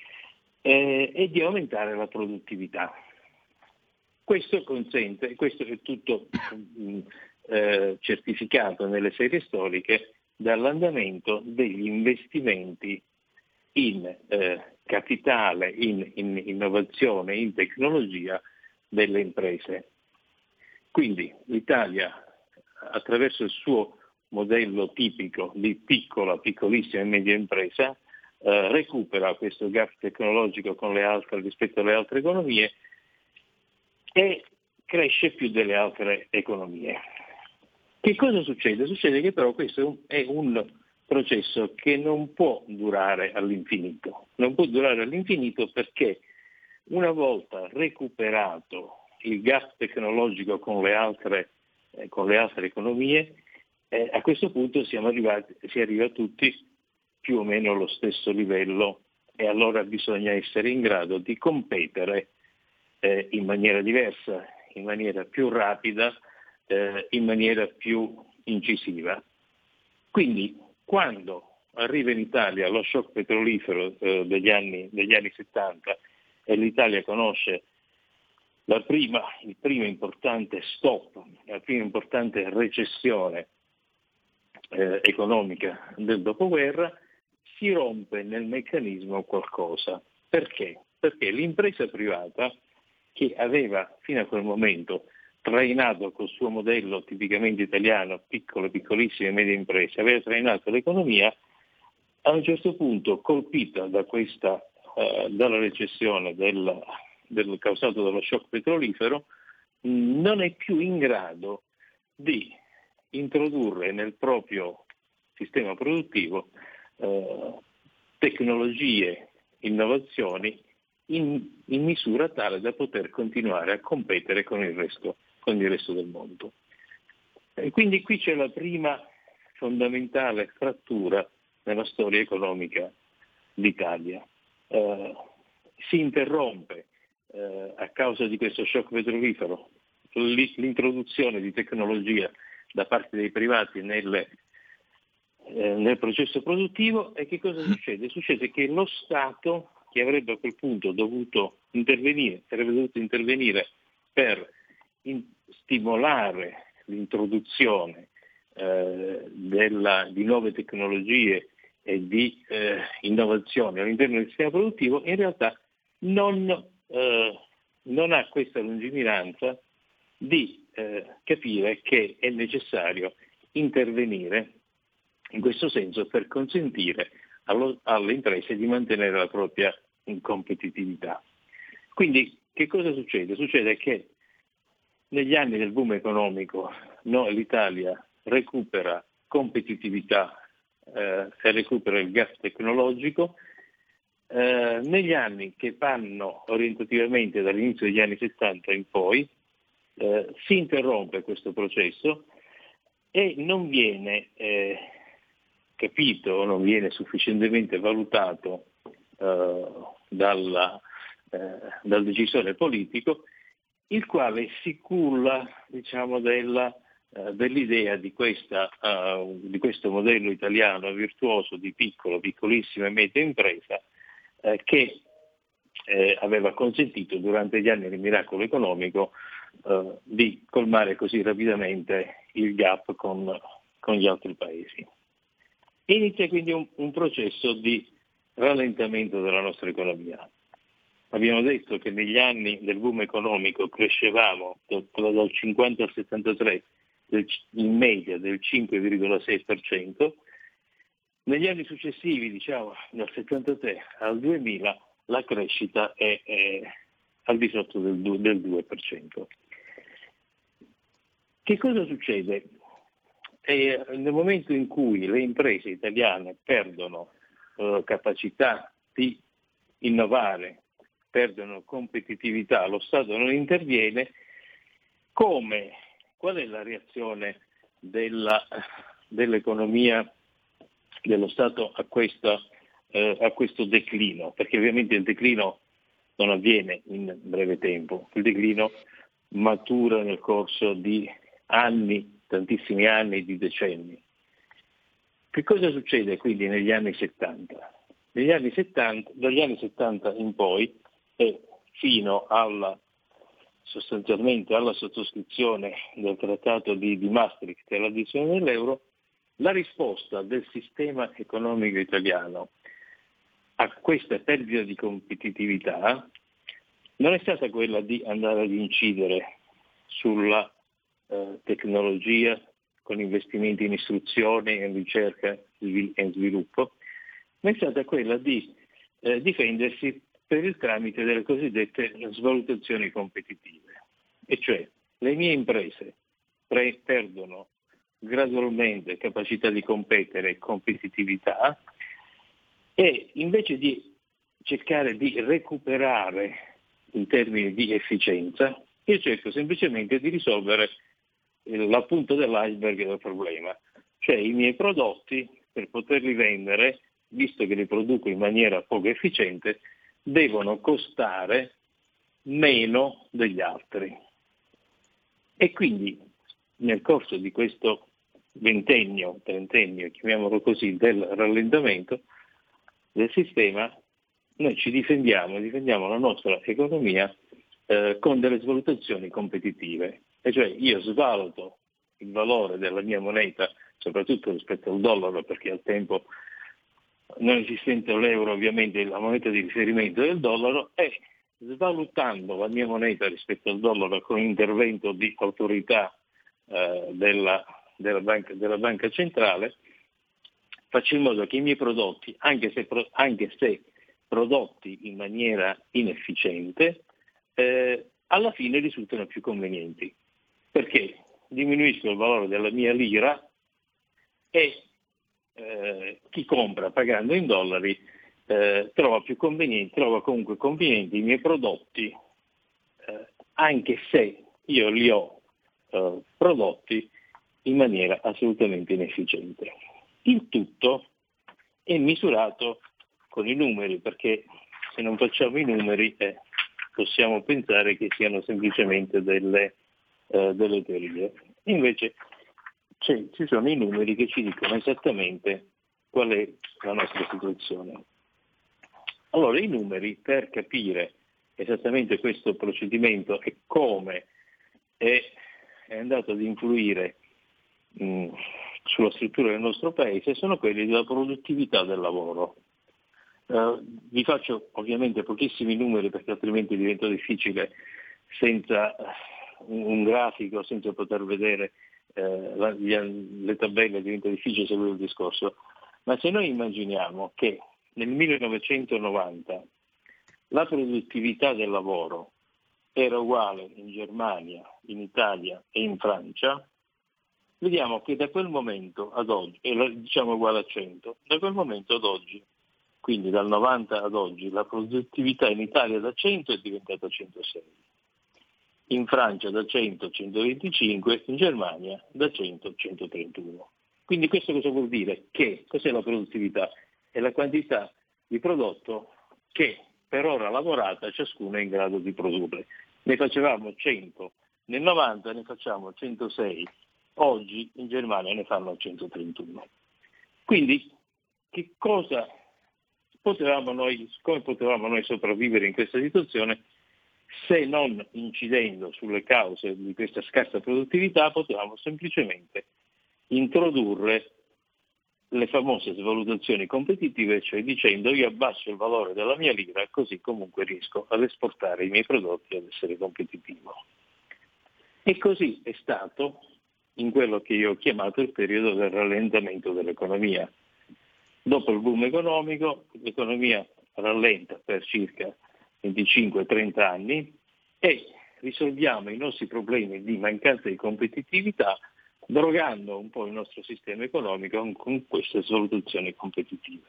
T: eh, e di aumentare la produttività. Questo consente, questo è tutto mh, eh, certificato nelle serie storiche dall'andamento degli investimenti in eh, capitale, in, in innovazione, in tecnologia delle imprese. Quindi l'Italia, attraverso il suo modello tipico di piccola, piccolissima e media impresa, eh, recupera questo gap tecnologico con le altre, rispetto alle altre economie, e cresce più delle altre economie. Che cosa succede? Succede che però questo è un, è un processo che non può durare all'infinito. Non può durare all'infinito perché una volta recuperato il gap tecnologico con le altre, eh, con le altre economie, eh, a questo punto siamo arrivati, si arriva tutti più o meno allo stesso livello, e allora bisogna essere in grado di competere eh, in maniera diversa, in maniera più rapida, eh, in maniera più incisiva. Quindi quando arriva in Italia lo shock petrolifero eh, degli anni, degli anni settanta, e l'Italia conosce la prima, il primo importante stop, la prima importante recessione eh, economica del dopoguerra, si rompe nel meccanismo qualcosa. Perché? Perché l'impresa privata, che aveva fino a quel momento trainato col suo modello tipicamente italiano, piccole, piccolissime e medie imprese, aveva trainato l'economia, a un certo punto, colpita da questa, eh, dalla recessione del, del causato dallo shock petrolifero, mh, non è più in grado di introdurre nel proprio sistema produttivo eh, tecnologie, innovazioni in, in misura tale da poter continuare a competere con il resto, con il resto del mondo. E quindi qui c'è la prima fondamentale frattura nella storia economica d'Italia. Eh, si interrompe eh, a causa di questo shock petrolifero l'introduzione di tecnologia da parte dei privati nelle, eh, nel processo produttivo, e che cosa succede? Succede che lo Stato, che avrebbe a quel punto dovuto intervenire, avrebbe dovuto intervenire per in, stimolare l'introduzione eh, della, di nuove tecnologie e di eh, innovazione all'interno del sistema produttivo, in realtà non, eh, non ha questa lungimiranza di eh, capire che è necessario intervenire in questo senso per consentire allo, alle imprese di mantenere la propria competitività. Quindi che cosa succede? Succede che negli anni del boom economico no, l'Italia recupera competitività eh, e recupera il gap tecnologico, eh, negli anni che vanno orientativamente dall'inizio degli anni settanta in poi, eh, si interrompe questo processo e non viene eh, capito, non viene sufficientemente valutato eh, dalla, eh, dal decisore politico, il quale si culla, diciamo, della, uh, dell'idea di, questa, uh, di questo modello italiano virtuoso di piccolo, piccolissima e media impresa uh, che eh, aveva consentito durante gli anni del miracolo economico uh, di colmare così rapidamente il gap con, con gli altri paesi. Inizia quindi un, un processo di rallentamento della nostra economia. Abbiamo detto che negli anni del boom economico crescevamo dal cinquanta al settantatré del, in media del cinque virgola sei per cento. Negli anni successivi, diciamo dal settantatré al duemila, la crescita è, è al di sotto del, del due per cento. Che cosa succede? E nel momento in cui le imprese italiane perdono eh, capacità di innovare, perdono competitività, lo Stato non interviene, come, qual è la reazione della, dell'economia dello Stato a, questa, eh, a questo declino? Perché ovviamente il declino non avviene in breve tempo, il declino matura nel corso di anni, tantissimi anni, di decenni. Che cosa succede quindi negli anni settanta? Negli anni settanta, dagli anni settanta in poi e fino alla, sostanzialmente alla sottoscrizione del trattato di, di Maastricht e all'adesione dell'euro, la risposta del sistema economico italiano a questa perdita di competitività non è stata quella di andare ad incidere sulla eh, tecnologia con investimenti in istruzione, in ricerca e sviluppo, ma è stata quella di eh, difendersi per il tramite delle cosiddette svalutazioni competitive. E cioè le mie imprese pre- perdono gradualmente capacità di competere e competitività e invece di cercare di recuperare in termini di efficienza, io cerco semplicemente di risolvere la punta dell'iceberg del problema. Cioè i miei prodotti, per poterli vendere, visto che li produco in maniera poco efficiente, devono costare meno degli altri. E quindi nel corso di questo ventennio, trentennio, chiamiamolo così, del rallentamento del sistema, noi ci difendiamo, difendiamo la nostra economia eh, con delle svalutazioni competitive. E cioè io svaluto il valore della mia moneta, soprattutto rispetto al dollaro, perché al tempo non esistente l'euro, ovviamente la moneta di riferimento del dollaro, e svalutando la mia moneta rispetto al dollaro con l'intervento di autorità eh, della, della, banca, della banca centrale, faccio in modo che i miei prodotti, anche se, anche se prodotti in maniera inefficiente, eh, alla fine risultano più convenienti, perché diminuisco il valore della mia lira e eh, chi compra pagando in dollari eh, trova più convenienti, trova comunque convenienti i miei prodotti, eh, anche se io li ho eh, prodotti in maniera assolutamente inefficiente. Il tutto è misurato con i numeri, perché se non facciamo i numeri eh, possiamo pensare che siano semplicemente delle, eh, delle teorie. Invece ci sono i numeri che ci dicono esattamente qual è la nostra situazione. Allora, i numeri, per capire esattamente questo procedimento e come è, è andato ad influire mh, sulla struttura del nostro paese, sono quelli della produttività del lavoro. Uh, vi faccio ovviamente pochissimi numeri, perché altrimenti diventa difficile senza un, un grafico, senza poter vedere uh, la, gli, le tabelle, diventa difficile seguire il discorso. Ma se noi immaginiamo che nel millenovecentonovanta la produttività del lavoro era uguale in Germania, in Italia e in Francia, vediamo che da quel momento ad oggi, e diciamo uguale a cento, da quel momento ad oggi, quindi dal novanta ad oggi, la produttività in Italia da cento è diventata centosei, in Francia da cento a centoventicinque, in Germania da cento a centotrentuno. Quindi questo cosa vuol dire? Che cos'è la produttività? È la quantità di prodotto che per ora lavorata ciascuno è in grado di produrre. Ne facevamo cento nel novanta, ne facciamo centosei, oggi in Germania ne fanno centotrentuno. Quindi che cosa potevamo noi, come potevamo noi sopravvivere in questa situazione? Se non incidendo sulle cause di questa scarsa produttività, potevamo semplicemente introdurre le famose svalutazioni competitive, cioè dicendo io abbasso il valore della mia lira così comunque riesco ad esportare i miei prodotti e ad essere competitivo. E così è stato in quello che io ho chiamato il periodo del rallentamento dell'economia. Dopo il boom economico, l'economia rallenta per circa venticinque trenta anni e risolviamo i nostri problemi di mancanza di competitività drogando un po' il nostro sistema economico con, con queste svalutazioni competitive.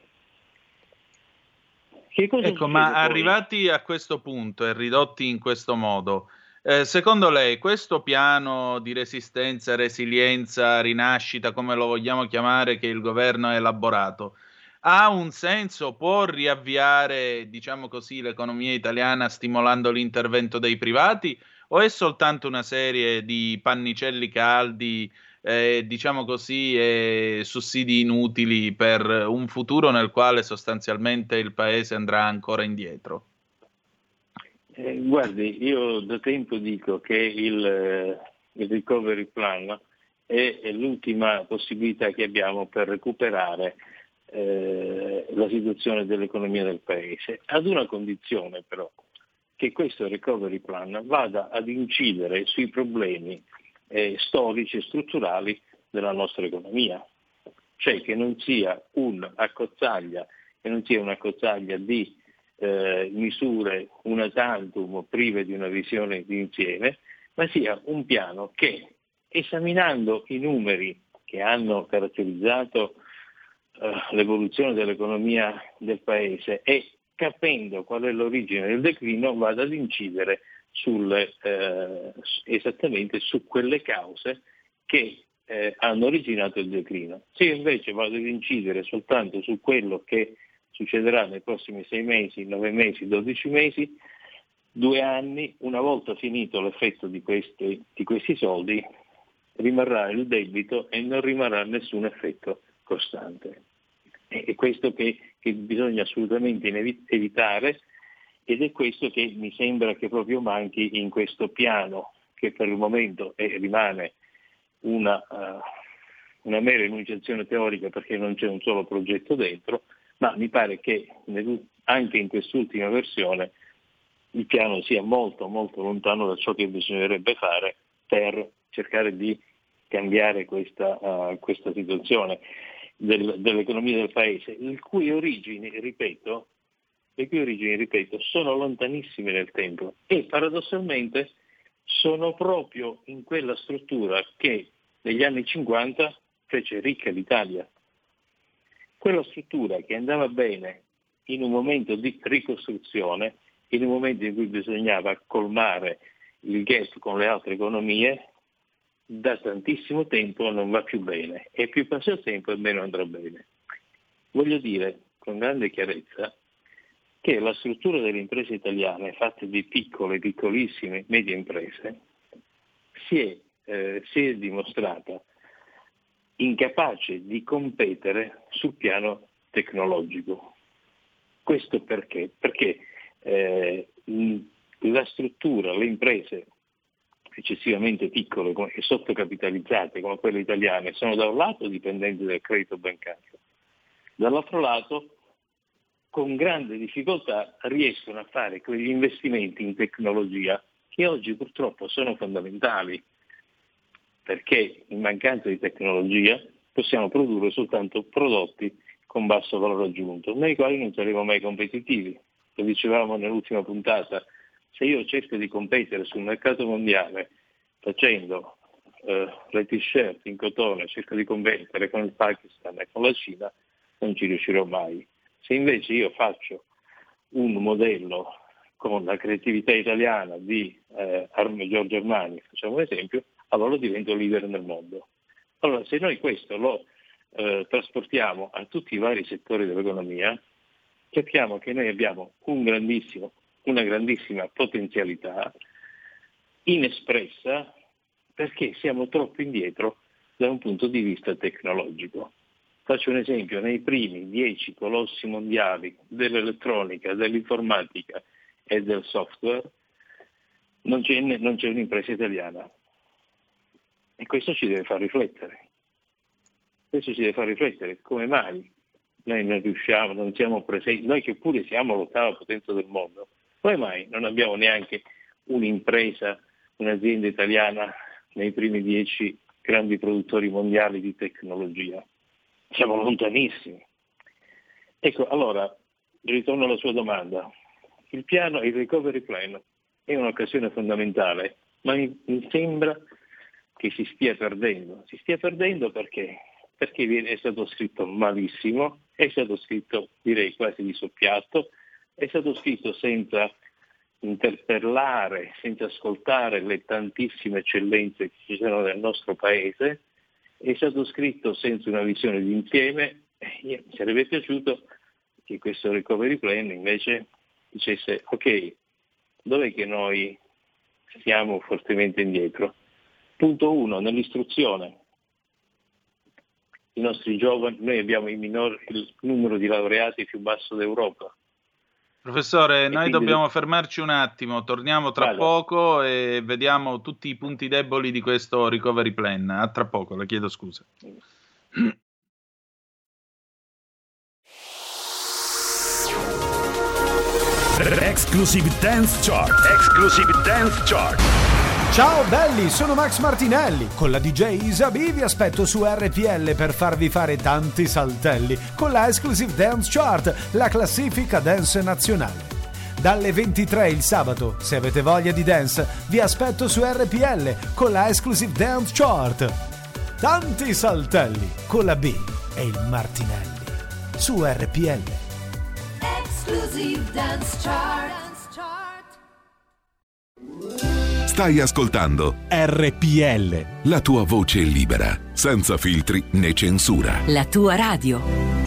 C: Che cosa ecco, ma poi? Arrivati a questo punto e ridotti in questo modo, eh, secondo lei questo piano di resistenza, resilienza, rinascita, come lo vogliamo chiamare, che il governo ha elaborato, ha un senso? Può riavviare, diciamo così, l'economia italiana stimolando l'intervento dei privati o è soltanto una serie di pannicelli caldi, eh, diciamo così, e sussidi inutili per un futuro nel quale sostanzialmente il paese andrà ancora indietro?
T: Eh, guardi, io da tempo dico che il, il recovery plan è, è l'ultima possibilità che abbiamo per recuperare eh, la situazione dell'economia del paese, ad una condizione però, che questo recovery plan vada ad incidere sui problemi eh, storici e strutturali della nostra economia, cioè che non sia un'accozzaglia, che non sia un'accozzaglia di eh, misure una tantum prive di una visione d'insieme, ma sia un piano che, esaminando i numeri che hanno caratterizzato eh, l'evoluzione dell'economia del paese e capendo qual è l'origine del declino, vada ad incidere sulle, eh, esattamente su quelle cause che eh, hanno originato il declino. Se invece vado ad incidere soltanto su quello che succederà nei prossimi sei mesi, nove mesi, dodici mesi, due anni, una volta finito l'effetto di questi, di questi soldi, rimarrà il debito e non rimarrà nessun effetto costante. È questo che, che bisogna assolutamente evitare ed è questo che mi sembra che proprio manchi in questo piano, che per il momento è, rimane una, uh, una mera enunciazione teorica perché non c'è un solo progetto dentro, ma mi pare che nel, anche in quest'ultima versione il piano sia molto molto lontano da ciò che bisognerebbe fare per cercare di cambiare questa, uh, questa situazione del, dell'economia del paese, il cui origini, ripeto, le cui origini, ripeto, sono lontanissime nel tempo e paradossalmente sono proprio in quella struttura che negli anni cinquanta fece ricca l'Italia. Quella struttura che andava bene in un momento di ricostruzione, in un momento in cui bisognava colmare il gap con le altre economie, da tantissimo tempo non va più bene e più passa il tempo e meno andrà bene. Voglio dire con grande chiarezza che la struttura delle imprese italiane, fatte di piccole, piccolissime, medie imprese, si è, eh, si è dimostrata incapace di competere sul piano tecnologico. Questo perché? Perché eh, la struttura, le imprese eccessivamente piccole e sottocapitalizzate come quelle italiane sono da un lato dipendenti dal credito bancario, dall'altro lato con grande difficoltà riescono a fare quegli investimenti in tecnologia che oggi purtroppo sono fondamentali, perché in mancanza di tecnologia possiamo produrre soltanto prodotti con basso valore aggiunto, nei quali non saremo mai competitivi. Lo dicevamo nell'ultima puntata, se io cerco di competere sul mercato mondiale facendo eh, le t-shirt in cotone, cerco di competere con il Pakistan e con la Cina, non ci riuscirò mai. Se invece io faccio un modello con la creatività italiana di eh, Giorgio Armani, facciamo un esempio, allora divento leader nel mondo. Allora, se noi questo lo eh, trasportiamo a tutti i vari settori dell'economia, capiamo che noi abbiamo un grandissimo, una grandissima potenzialità inespressa perché siamo troppo indietro da un punto di vista tecnologico. Faccio un esempio, nei primi dieci colossi mondiali dell'elettronica, dell'informatica e del software non c'è, non c'è un'impresa italiana. E questo ci deve far riflettere. Questo ci deve far riflettere. Come mai noi non riusciamo, non siamo presenti, noi che pure siamo l'ottava potenza del mondo, come mai non abbiamo neanche un'impresa, un'azienda italiana nei primi dieci grandi produttori mondiali di tecnologia? Siamo lontanissimi. Ecco, allora, ritorno alla sua domanda. Il piano, il recovery plan è un'occasione fondamentale, ma mi, mi sembra che si stia perdendo. Si stia perdendo perché? Perché viene, è stato scritto malissimo, è stato scritto, direi, quasi di soppiatto, è stato scritto senza interpellare, senza ascoltare le tantissime eccellenze che ci sono nel nostro paese, è stato scritto senza una visione di insieme. Mi sarebbe piaciuto che questo recovery plan invece dicesse: ok, dov'è che noi siamo fortemente indietro? Punto uno, nell'istruzione. I nostri giovani, noi abbiamo il, minor, il numero di laureati più basso d'Europa.
C: Professore,
T: e
C: noi
T: quindi...
C: dobbiamo fermarci un attimo, torniamo tra
T: vale.
C: poco e vediamo tutti i punti deboli di questo recovery plan. A tra poco, le chiedo scusa.
U: Exclusive Dance Chart. Exclusive Dance Chart.
V: Ciao belli, sono Max Martinelli. Con la D J Isabi vi aspetto su R P L per farvi fare tanti saltelli con la Exclusive Dance Chart, la classifica dance nazionale. Dalle ventitré il sabato, se avete voglia di dance, vi aspetto su R P L con la Exclusive Dance Chart. Tanti saltelli con la B e il Martinelli su R P L.
D: Exclusive Dance Chart.
K: Stai ascoltando
A: R P L,
K: la tua voce libera, senza filtri né censura.
L: La tua radio.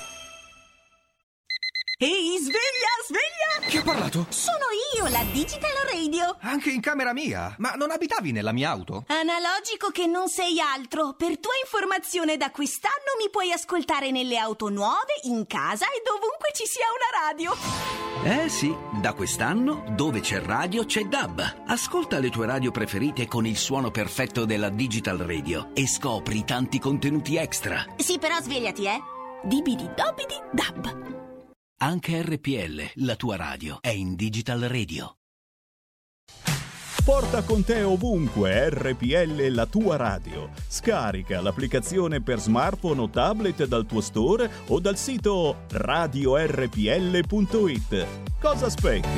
W: Ehi, sveglia, sveglia!
X: Chi ha parlato?
W: Sono io, la Digital Radio.
X: Anche in camera mia? Ma non abitavi nella mia auto?
W: Analogico che non sei altro. Per tua informazione, da quest'anno mi puoi ascoltare nelle auto nuove, in casa e dovunque ci sia una radio.
N: Eh sì, da quest'anno dove c'è radio c'è D A B. Ascolta le tue radio preferite con il suono perfetto della Digital Radio e scopri tanti contenuti extra.
W: Sì, però svegliati, eh. Dibidi dobidi D A B.
N: Anche R P L, la tua radio, è in Digital Radio.
I: Porta con te ovunque R P L, la tua radio. Scarica l'applicazione per smartphone o tablet dal tuo store o dal sito radio R P L punto it. Cosa aspetti?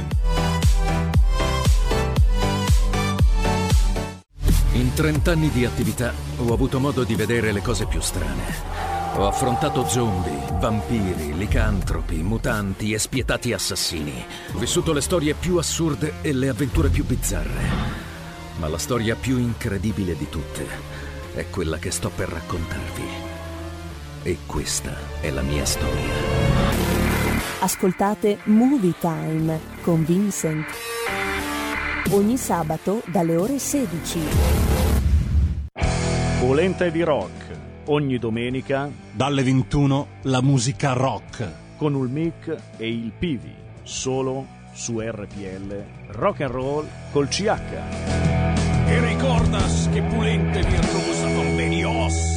J: In trent'anni di attività ho avuto modo di vedere le cose più strane. Ho affrontato zombie, vampiri, licantropi, mutanti e spietati assassini. Ho vissuto le storie più assurde e le avventure più bizzarre. Ma la storia più incredibile di tutte è quella che sto per raccontarvi. E questa è la mia storia.
Q: Ascoltate Movie Time con Vincent. Ogni sabato dalle ore sedici.
H: Polenta di rock. Ogni domenica
A: dalle ventuno la musica rock
H: con il Mic e il Pivi, solo su R P L Rock and Roll col C H.
U: E ricordas che Pulente virtuosa con Benios.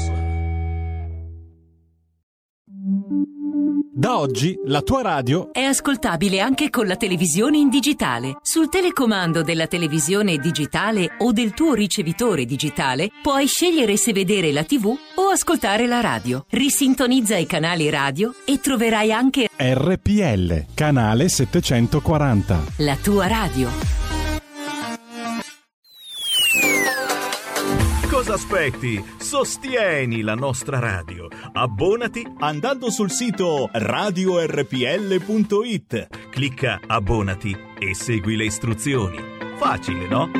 A: Da oggi la tua radio
L: è ascoltabile anche con la televisione in digitale. Sul telecomando della televisione digitale o del tuo ricevitore digitale puoi scegliere se vedere la tivù o ascoltare la radio. Risintonizza i canali radio e troverai anche
A: R P L, canale settecentoquaranta.
L: La tua radio.
I: Cosa aspetti? Sostieni la nostra radio. Abbonati andando sul sito radio erre pi elle punto it. Clicca abbonati e segui le istruzioni. Facile, no?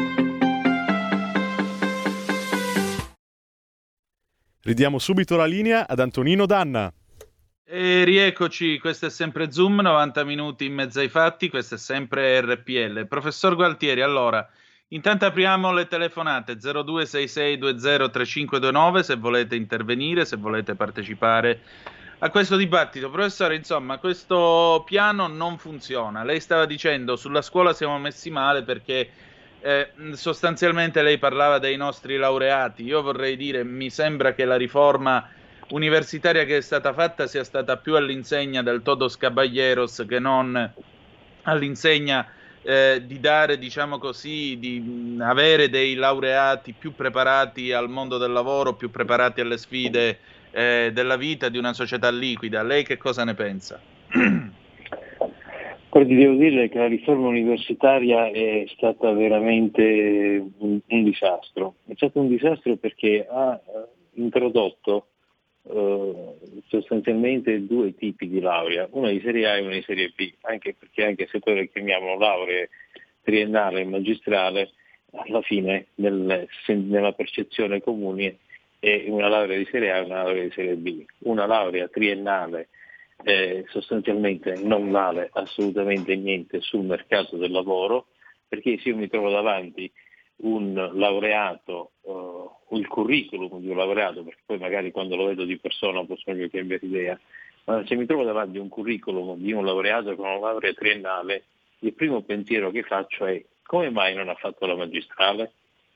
B: Ridiamo subito la linea ad Antonino Danna.
C: E rieccoci, questo è sempre Zoom, novanta minuti in mezzo ai fatti, questo è sempre erre pi elle. Professor Gualtieri, allora, intanto apriamo le telefonate zero due sei sei due zero tre cinque due nove se volete intervenire, se volete partecipare a questo dibattito. Professore, insomma, questo piano non funziona. Lei stava dicendo sulla scuola siamo messi male perché eh, sostanzialmente lei parlava dei nostri laureati. Io vorrei dire, mi sembra che la riforma universitaria che è stata fatta sia stata più all'insegna del todos caballeros che non all'insegna eh, di dare, diciamo così, di avere dei laureati più preparati al mondo del lavoro, più preparati alle sfide eh, della vita di una società liquida. Lei che cosa ne pensa?
T: Guardi, devo dire che la riforma universitaria è stata veramente un, un disastro. È stato un disastro perché ha introdotto Uh, sostanzialmente due tipi di laurea, una di serie A e una di serie B, anche perché anche se poi le chiamiamo lauree triennale e magistrale, alla fine nel, nella percezione comune è una laurea di serie A e una laurea di serie B. Una laurea triennale eh, sostanzialmente non vale assolutamente niente sul mercato del lavoro, perché se io mi trovo davanti un laureato, uh, il curriculum di un laureato, perché poi magari quando lo vedo di persona posso meglio cambiare idea, ma se mi trovo davanti un curriculum di un laureato con una laurea triennale, il primo pensiero che faccio è: come mai non ha fatto la magistrale?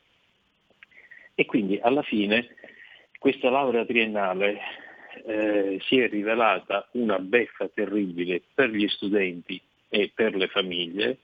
T: E quindi alla fine questa laurea triennale eh, si è rivelata una beffa terribile per gli studenti e per le famiglie,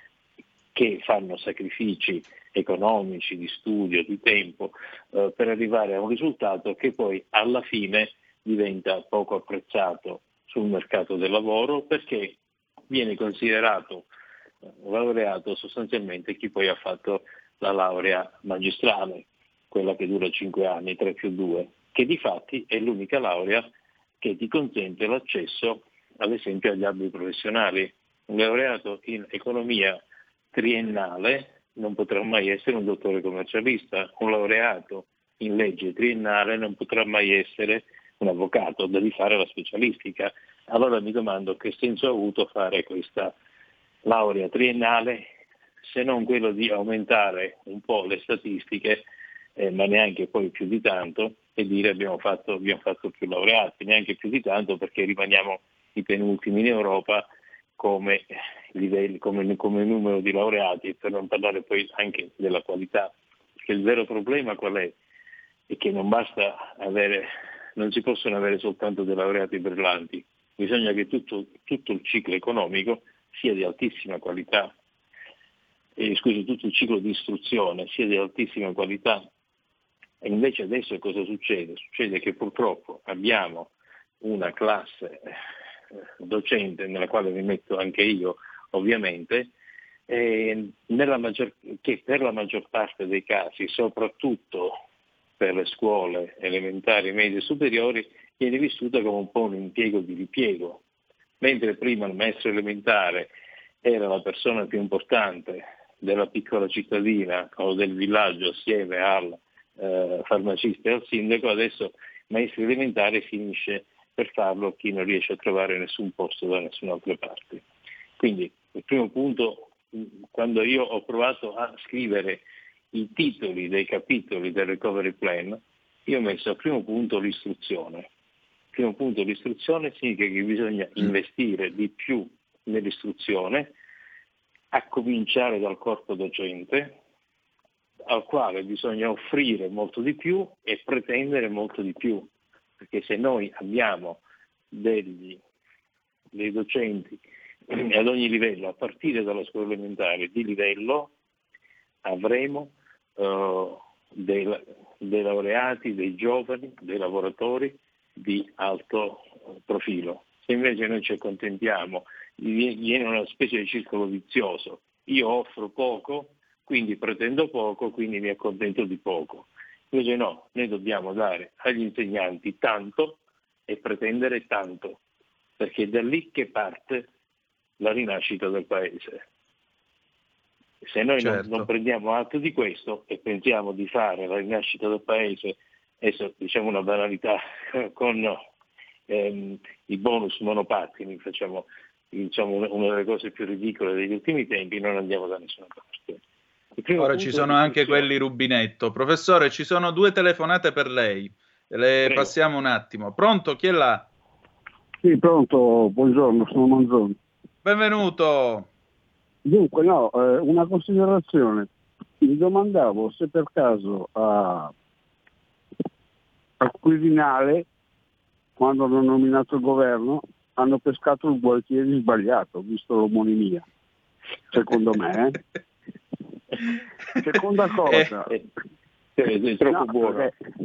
T: che fanno sacrifici economici, di studio, di tempo, eh, per arrivare a un risultato che poi alla fine diventa poco apprezzato sul mercato del lavoro, perché viene considerato un laureato sostanzialmente chi poi ha fatto la laurea magistrale, quella che dura cinque anni, tre più due, che di fatti è l'unica laurea che ti consente l'accesso ad esempio agli albi professionali. Un laureato in economia triennale non potrà mai essere un dottore commercialista, un laureato in legge triennale non potrà mai essere un avvocato, devi fare la specialistica. Allora mi domando che senso ha avuto fare questa laurea triennale, se non quello di aumentare un po' le statistiche, eh, ma neanche poi più di tanto, e dire abbiamo fatto, abbiamo fatto più laureati, neanche più di tanto, perché rimaniamo i penultimi in Europa come livelli, come, come numero di laureati, per non parlare poi anche della qualità, perché il vero problema qual è? È che non basta avere, non si possono avere soltanto dei laureati brillanti, bisogna che tutto, tutto il ciclo economico sia di altissima qualità, e, scusi, tutto il ciclo di istruzione sia di altissima qualità. E invece adesso cosa succede? Succede che purtroppo abbiamo una classe docente, nella quale mi metto anche io ovviamente, eh, nella maggior, che per la maggior parte dei casi, soprattutto per le scuole elementari, medie e superiori, viene vissuta come un po' un impiego di ripiego. Mentre prima il maestro elementare era la persona più importante della piccola cittadina o del villaggio assieme al eh, farmacista e al sindaco, adesso il maestro elementare finisce per farlo chi non riesce a trovare nessun posto da nessun'altra parte. Quindi il primo punto, quando io ho provato a scrivere i titoli dei capitoli del recovery plan, io ho messo al primo punto l'istruzione. Il primo punto l'istruzione significa che bisogna investire di più nell'istruzione, a cominciare dal corpo docente, al quale bisogna offrire molto di più e pretendere molto di più. Perché se noi abbiamo degli, dei docenti ad ogni livello, a partire dalla scuola elementare di livello, avremo uh, dei, dei laureati, dei giovani, dei lavoratori di alto profilo. Se invece noi ci accontentiamo, viene una specie di circolo vizioso. Io offro poco, quindi pretendo poco, quindi mi accontento di poco. Invece no, noi dobbiamo dare agli insegnanti tanto e pretendere tanto, perché è da lì che parte la rinascita del paese. Se noi
C: Certo.
T: non, non prendiamo atto di questo e pensiamo di fare la rinascita del paese, adesso diciamo una banalità, con ehm, i bonus monopattini, facciamo diciamo, una, una delle cose più ridicole degli ultimi tempi, non andiamo da nessuna parte.
C: Ora ci sono anche quelli rubinetto. Professore, ci sono due telefonate per lei. Le
E: Prego.
C: passiamo un attimo. Pronto? Chi è là?
E: Sì, pronto, buongiorno, sono Manzoni.
C: Benvenuto.
E: Dunque, no, eh, una considerazione. Mi domandavo se per caso a, a Quirinale, quando hanno nominato il governo, hanno pescato il gualtieri sbagliato, visto l'omonimia. Secondo me, eh. Seconda cosa,
T: eh, eh, è troppo
E: no,
T: buono.
E: perché,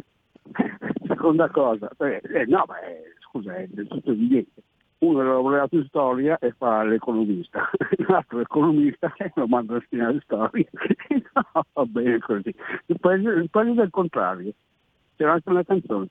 E: seconda cosa, eh, eh, no, beh, scusa, è del tutto evidente. Uno è laureato in storia e fa l'economista, l'altro è economista e lo manda a studiare storia. No, va bene così. Il paese, il paese del contrario. C'era anche una canzone.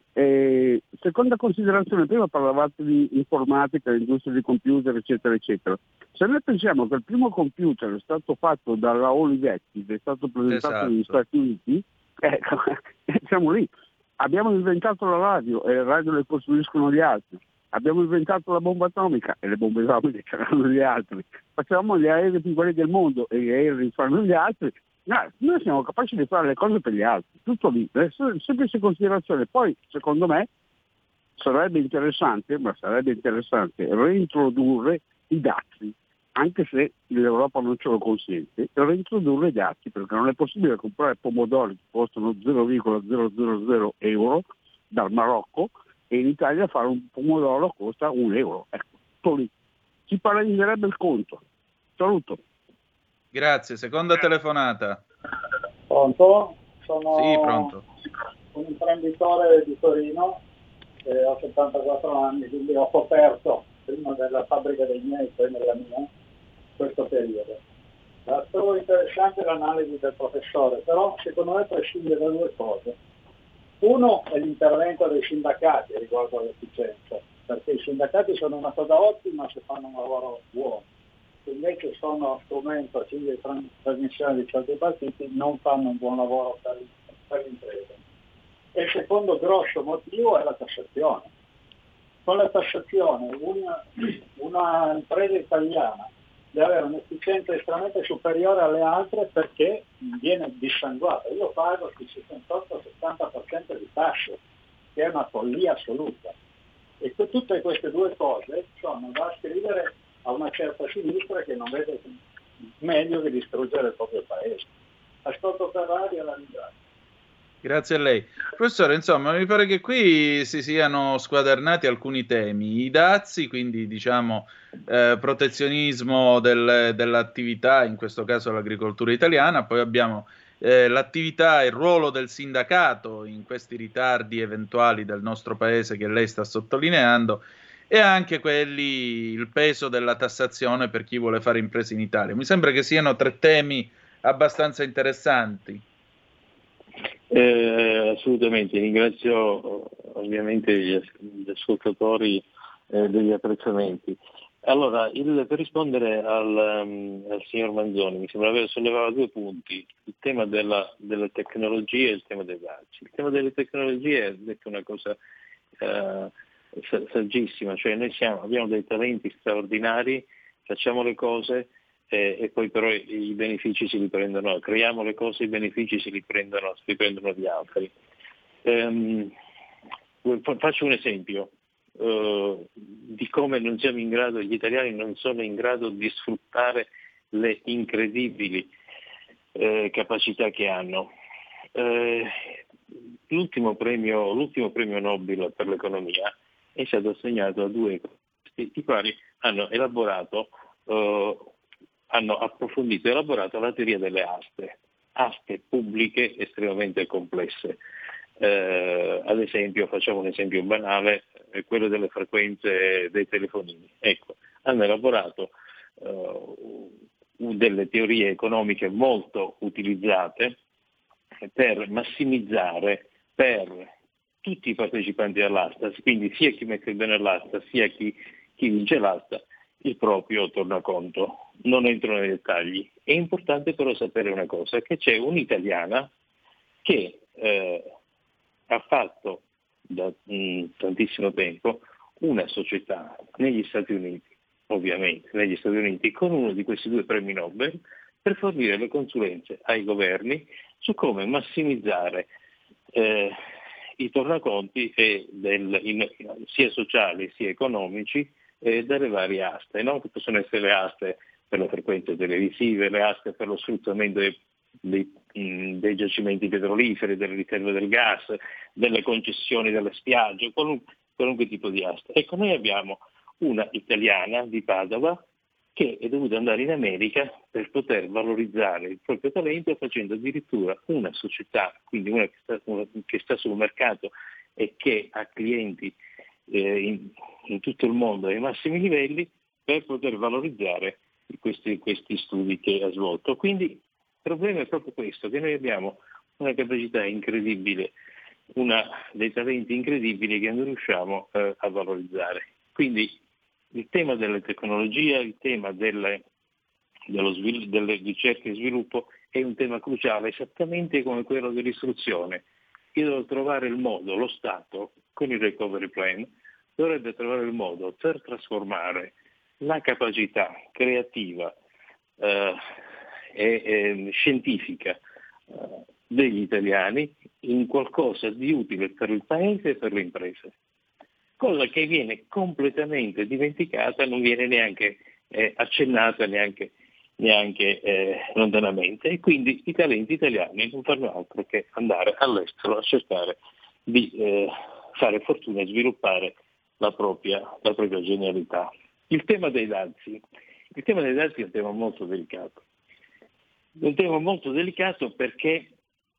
E: E, seconda considerazione, prima parlavate di informatica, industria di computer, eccetera, eccetera. Se noi pensiamo che il primo computer è stato fatto dalla Olivetti, che è stato presentato
C: Esatto.
E: negli Stati Uniti, ecco, siamo lì. Abbiamo inventato la radio e le radio le costruiscono gli altri. Abbiamo inventato la bomba atomica e le bombe atomiche c'erano gli altri. Facciamo gli aerei più belli del mondo e gli aerei fanno gli altri. No, noi siamo capaci di fare le cose per gli altri, tutto lì, semplice considerazione. Poi, secondo me, sarebbe interessante, ma sarebbe interessante reintrodurre i dazi, anche se l'Europa non ce lo consente, reintrodurre i dazi, perché non è possibile comprare pomodori che costano zero virgola zero zero zero euro dal Marocco e in Italia fare un pomodoro costa un euro. Ecco, tutto lì. Ci paralizzerebbe il conto. Saluto.
C: Grazie. Seconda telefonata.
G: Pronto? Sono
C: Sì, pronto.
G: un imprenditore di Torino, eh, ho settantaquattro anni, quindi ho coperto prima della fabbrica dei miei, poi nella mia, questo periodo. La trovo interessante l'analisi del professore, però secondo me prescinde da due cose. Uno è l'intervento dei sindacati riguardo all'efficienza, perché i sindacati sono una cosa ottima se fanno un lavoro buono. Invece sono strumento di trasmissione di certi partiti, non fanno un buon lavoro per, per l'impresa. E il secondo grosso motivo è la tassazione. Con la tassazione una, una impresa italiana deve avere un'efficienza estremamente superiore alle altre perché viene dissanguata. Io pago il sessantotto settanta per cento di tasse, che è una follia assoluta. E tutte queste due cose sono da scrivere a una certa sinistra che non vede meglio che distruggere il proprio paese. Ascolto per radio e la ringrazio.
C: Grazie a lei. Professore, insomma, mi pare che qui si siano squadernati alcuni temi. I dazi, quindi diciamo eh, protezionismo del, dell'attività, in questo caso l'agricoltura italiana, poi abbiamo eh, l'attività e il ruolo del sindacato in questi ritardi eventuali del nostro paese che lei sta sottolineando, e anche quelli, il peso della tassazione per chi vuole fare imprese in Italia. Mi sembra che siano tre temi abbastanza interessanti.
T: Eh, assolutamente, ringrazio ovviamente gli, gli ascoltatori eh, degli apprezzamenti. Allora, il, per rispondere al, um, al signor Manzoni, mi sembra aver sollevato due punti, il tema della, delle tecnologie e il tema dei dazi. Il tema delle tecnologie è detto una cosa eh, saggissima, cioè noi siamo, abbiamo dei talenti straordinari, facciamo le cose eh, e poi però i benefici si li prendono, creiamo le cose, i benefici si li prendono, si li prendono gli altri. Ehm, faccio un esempio uh, di come non siamo in grado, gli italiani non sono in grado di sfruttare le incredibili eh, capacità che hanno. Eh, l'ultimo premio, l'ultimo premio Nobel per l'economia è stato assegnato a due economisti, i quali hanno elaborato, eh, hanno approfondito e elaborato la teoria delle aste, aste pubbliche estremamente complesse. Eh, ad esempio, facciamo un esempio banale, eh, quello delle frequenze dei telefonini. Ecco, hanno elaborato eh, delle teorie economiche molto utilizzate per massimizzare per tutti i partecipanti all'asta, quindi sia chi mette bene l'asta sia chi, chi vince l'asta, il proprio tornaconto. Non entro nei dettagli. È importante però sapere una cosa, che c'è un'italiana che eh, ha fatto da mh, tantissimo tempo una società negli Stati Uniti, ovviamente, negli Stati Uniti, con uno di questi due premi Nobel, per fornire le consulenze ai governi su come massimizzare eh, i tornaconti e del, in, sia sociali sia economici eh, dalle varie aste, no? Che possono essere le aste per le frequenze televisive, le aste per lo sfruttamento dei, dei, mh, dei giacimenti petroliferi, delle riserve del gas, delle concessioni delle spiagge, qualunque, qualunque tipo di aste. Ecco, noi abbiamo una italiana di Padova che è dovuta andare in America per poter valorizzare il proprio talento, facendo addirittura una società, quindi una che sta, una che sta sul mercato e che ha clienti eh, in, in tutto il mondo ai massimi livelli, per poter valorizzare questi, questi studi che ha svolto. Quindi il problema è proprio questo, che noi abbiamo una capacità incredibile, una dei talenti incredibili che non riusciamo eh, a valorizzare. Quindi il tema delle tecnologie, il tema delle, dello svil- delle ricerche e sviluppo è un tema cruciale, esattamente come quello dell'istruzione. Io devo trovare il modo, lo Stato, con il recovery plan, dovrebbe trovare il modo per trasformare la capacità creativa eh, e, e scientifica eh, degli italiani in qualcosa di utile per il Paese e per le imprese. Cosa che viene completamente dimenticata, non viene neanche eh, accennata neanche, neanche eh, lontanamente, e quindi i talenti italiani non fanno altro che andare all'estero a cercare di eh, fare fortuna e sviluppare la propria, la propria genialità. Il tema dei dazi. Il tema dei dazi è un tema molto delicato. Un tema molto delicato perché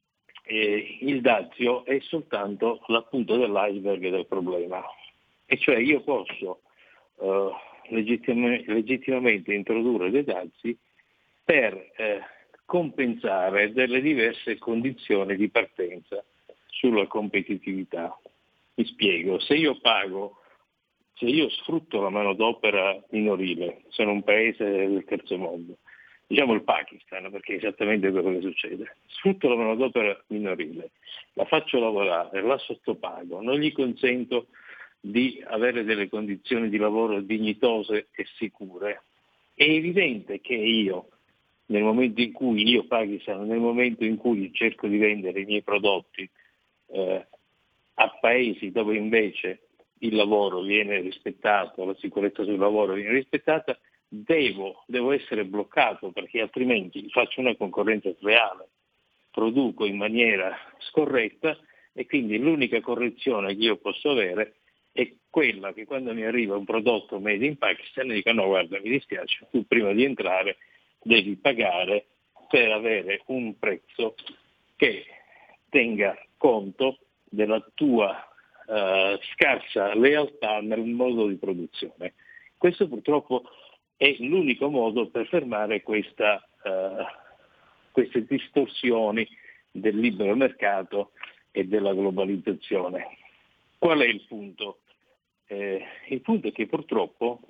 T: eh, il dazio è soltanto la punta dell'iceberg del problema. E cioè io posso uh, legittim- legittimamente introdurre dei dazi per eh, compensare delle diverse condizioni di partenza sulla competitività. Mi spiego, se io pago, se io sfrutto la manodopera minorile, sono un paese del terzo mondo, diciamo il Pakistan, perché è esattamente quello che succede, sfrutto la manodopera minorile, la faccio lavorare, la sottopago, non gli consento di avere delle condizioni di lavoro dignitose e sicure. È evidente che io, nel momento in cui io Pakistan, nel momento in cui cerco di vendere i miei prodotti eh, a paesi dove invece il lavoro viene rispettato, la sicurezza sul lavoro viene rispettata, devo, devo essere bloccato, perché altrimenti faccio una concorrenza sleale, produco in maniera scorretta, e quindi l'unica correzione che io posso avere è quella che quando mi arriva un prodotto made in Pakistan dica no, guarda, mi dispiace, tu prima di entrare devi pagare per avere un prezzo che tenga conto della tua uh, scarsa lealtà nel modo di produzione. Questo purtroppo è l'unico modo per fermare questa, uh, queste distorsioni del libero mercato e della globalizzazione. Qual è il punto? Eh, il punto è che purtroppo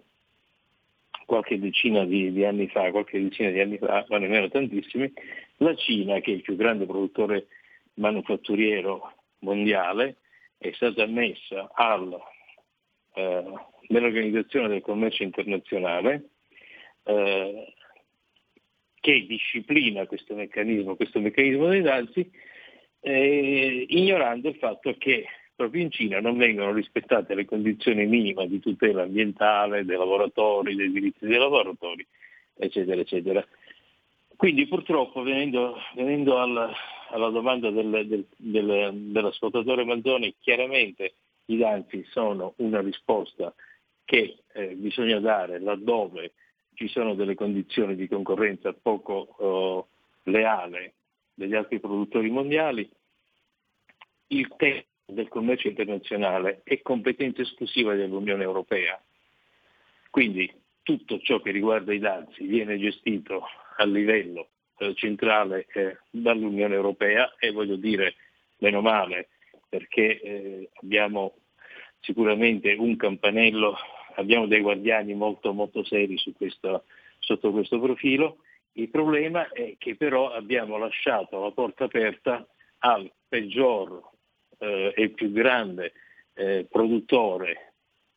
T: qualche decina di, di anni fa, qualche decina di anni fa, ma nemmeno tantissimi, la Cina, che è il più grande produttore manufatturiero mondiale, è stata ammessa al, eh, nell'Organizzazione del Commercio Internazionale, eh, che disciplina questo meccanismo, questo meccanismo dei dazi, eh, ignorando il fatto che proprio in Cina non vengono rispettate le condizioni minime di tutela ambientale, dei lavoratori, dei diritti dei lavoratori, eccetera, eccetera. Quindi purtroppo, venendo, venendo alla, alla domanda del, del, del, dell'ascoltatore Manzoni, chiaramente i dazi sono una risposta che eh, bisogna dare laddove ci sono delle condizioni di concorrenza poco eh, leale degli altri produttori mondiali. Il tema del commercio internazionale è competenza esclusiva dell'Unione Europea, quindi tutto ciò che riguarda i dazi viene gestito a livello eh, centrale eh, dall'Unione Europea, e voglio dire meno male, perché eh, abbiamo sicuramente un campanello, abbiamo dei guardiani molto molto seri su questo, sotto questo profilo. Il problema è che però abbiamo lasciato la porta aperta al peggior eh, e più grande eh, produttore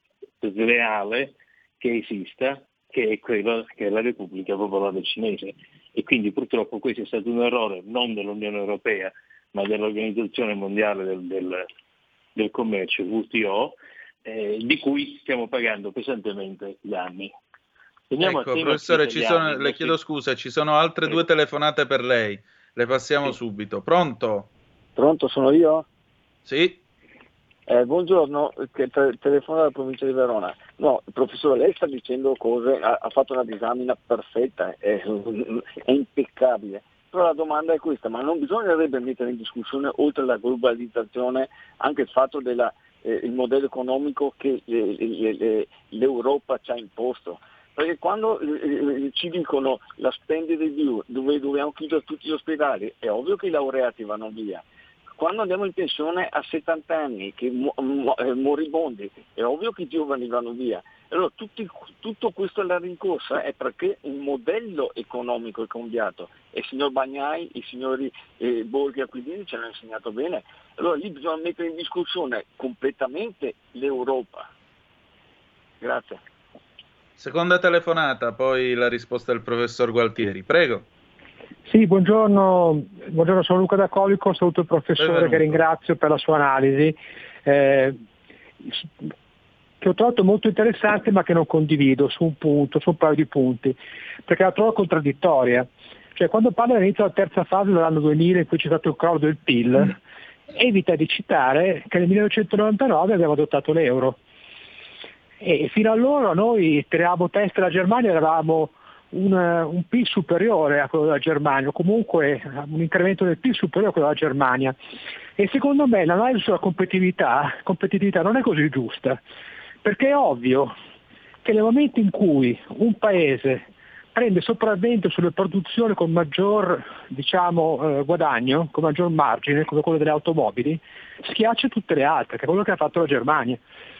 T: sleale che esista, che è quella che è la Repubblica Popolare Cinese. E quindi purtroppo questo è stato un errore non dell'Unione Europea, ma dell'Organizzazione Mondiale del, del, del Commercio, W T O, eh, di cui stiamo pagando pesantemente gli anni. Veniamo
C: ecco, professore, ci sono, le chiedo scusa, ci sono altre due telefonate per lei, le passiamo sì. subito. Pronto?
M: Pronto, sono io?
C: Sì.
M: Eh, buongiorno, che te- telefono dalla provincia di Verona. No, professore, lei sta dicendo cose, ha, ha fatto una disamina perfetta, è, è impeccabile. Però la domanda è questa, ma non bisognerebbe mettere in discussione, oltre alla globalizzazione, anche il fatto del eh, modello economico che eh, l'Europa ci ha imposto? Perché quando eh, ci dicono la spendi review, dove dobbiamo chiudere tutti gli ospedali, è ovvio che i laureati vanno via. Quando andiamo in pensione a settanta anni, che mo- mo- eh, moribondi, è ovvio che i giovani vanno via. Allora tutti, tutto questo alla rincorsa è perché un modello economico è cambiato, e il signor Bagnai, i signori eh, Borghi Acquilini ce l'hanno insegnato bene. Allora lì bisogna mettere in discussione completamente l'Europa. Grazie.
C: Seconda telefonata, poi la risposta del professor Gualtieri. Prego.
O: Sì, buongiorno, buongiorno, sono Luca D'Acolico, saluto il professore Benvenuto. Che ringrazio per la sua analisi, eh, che ho trovato molto interessante ma che non condivido su un punto, su un paio di punti, perché la trovo contraddittoria. Cioè, quando parla dell'inizio della terza fase dell'anno duemila in cui c'è stato il crollo del P I L, mm. evita di citare che nel millenovecentonovantanove abbiamo adottato l'euro. E fino allora noi tenevamo testa alla Germania, eravamo un, un P I L superiore a quello della Germania, o comunque un incremento del P I L superiore a quello della Germania. E secondo me l'analisi sulla competitività, competitività non è così giusta, perché è ovvio che nel momento in cui un paese prende sopravvento sulle produzioni con maggior diciamo, eh, guadagno, con maggior margine, come quello delle automobili, schiaccia tutte le altre, che è quello che ha fatto la Germania.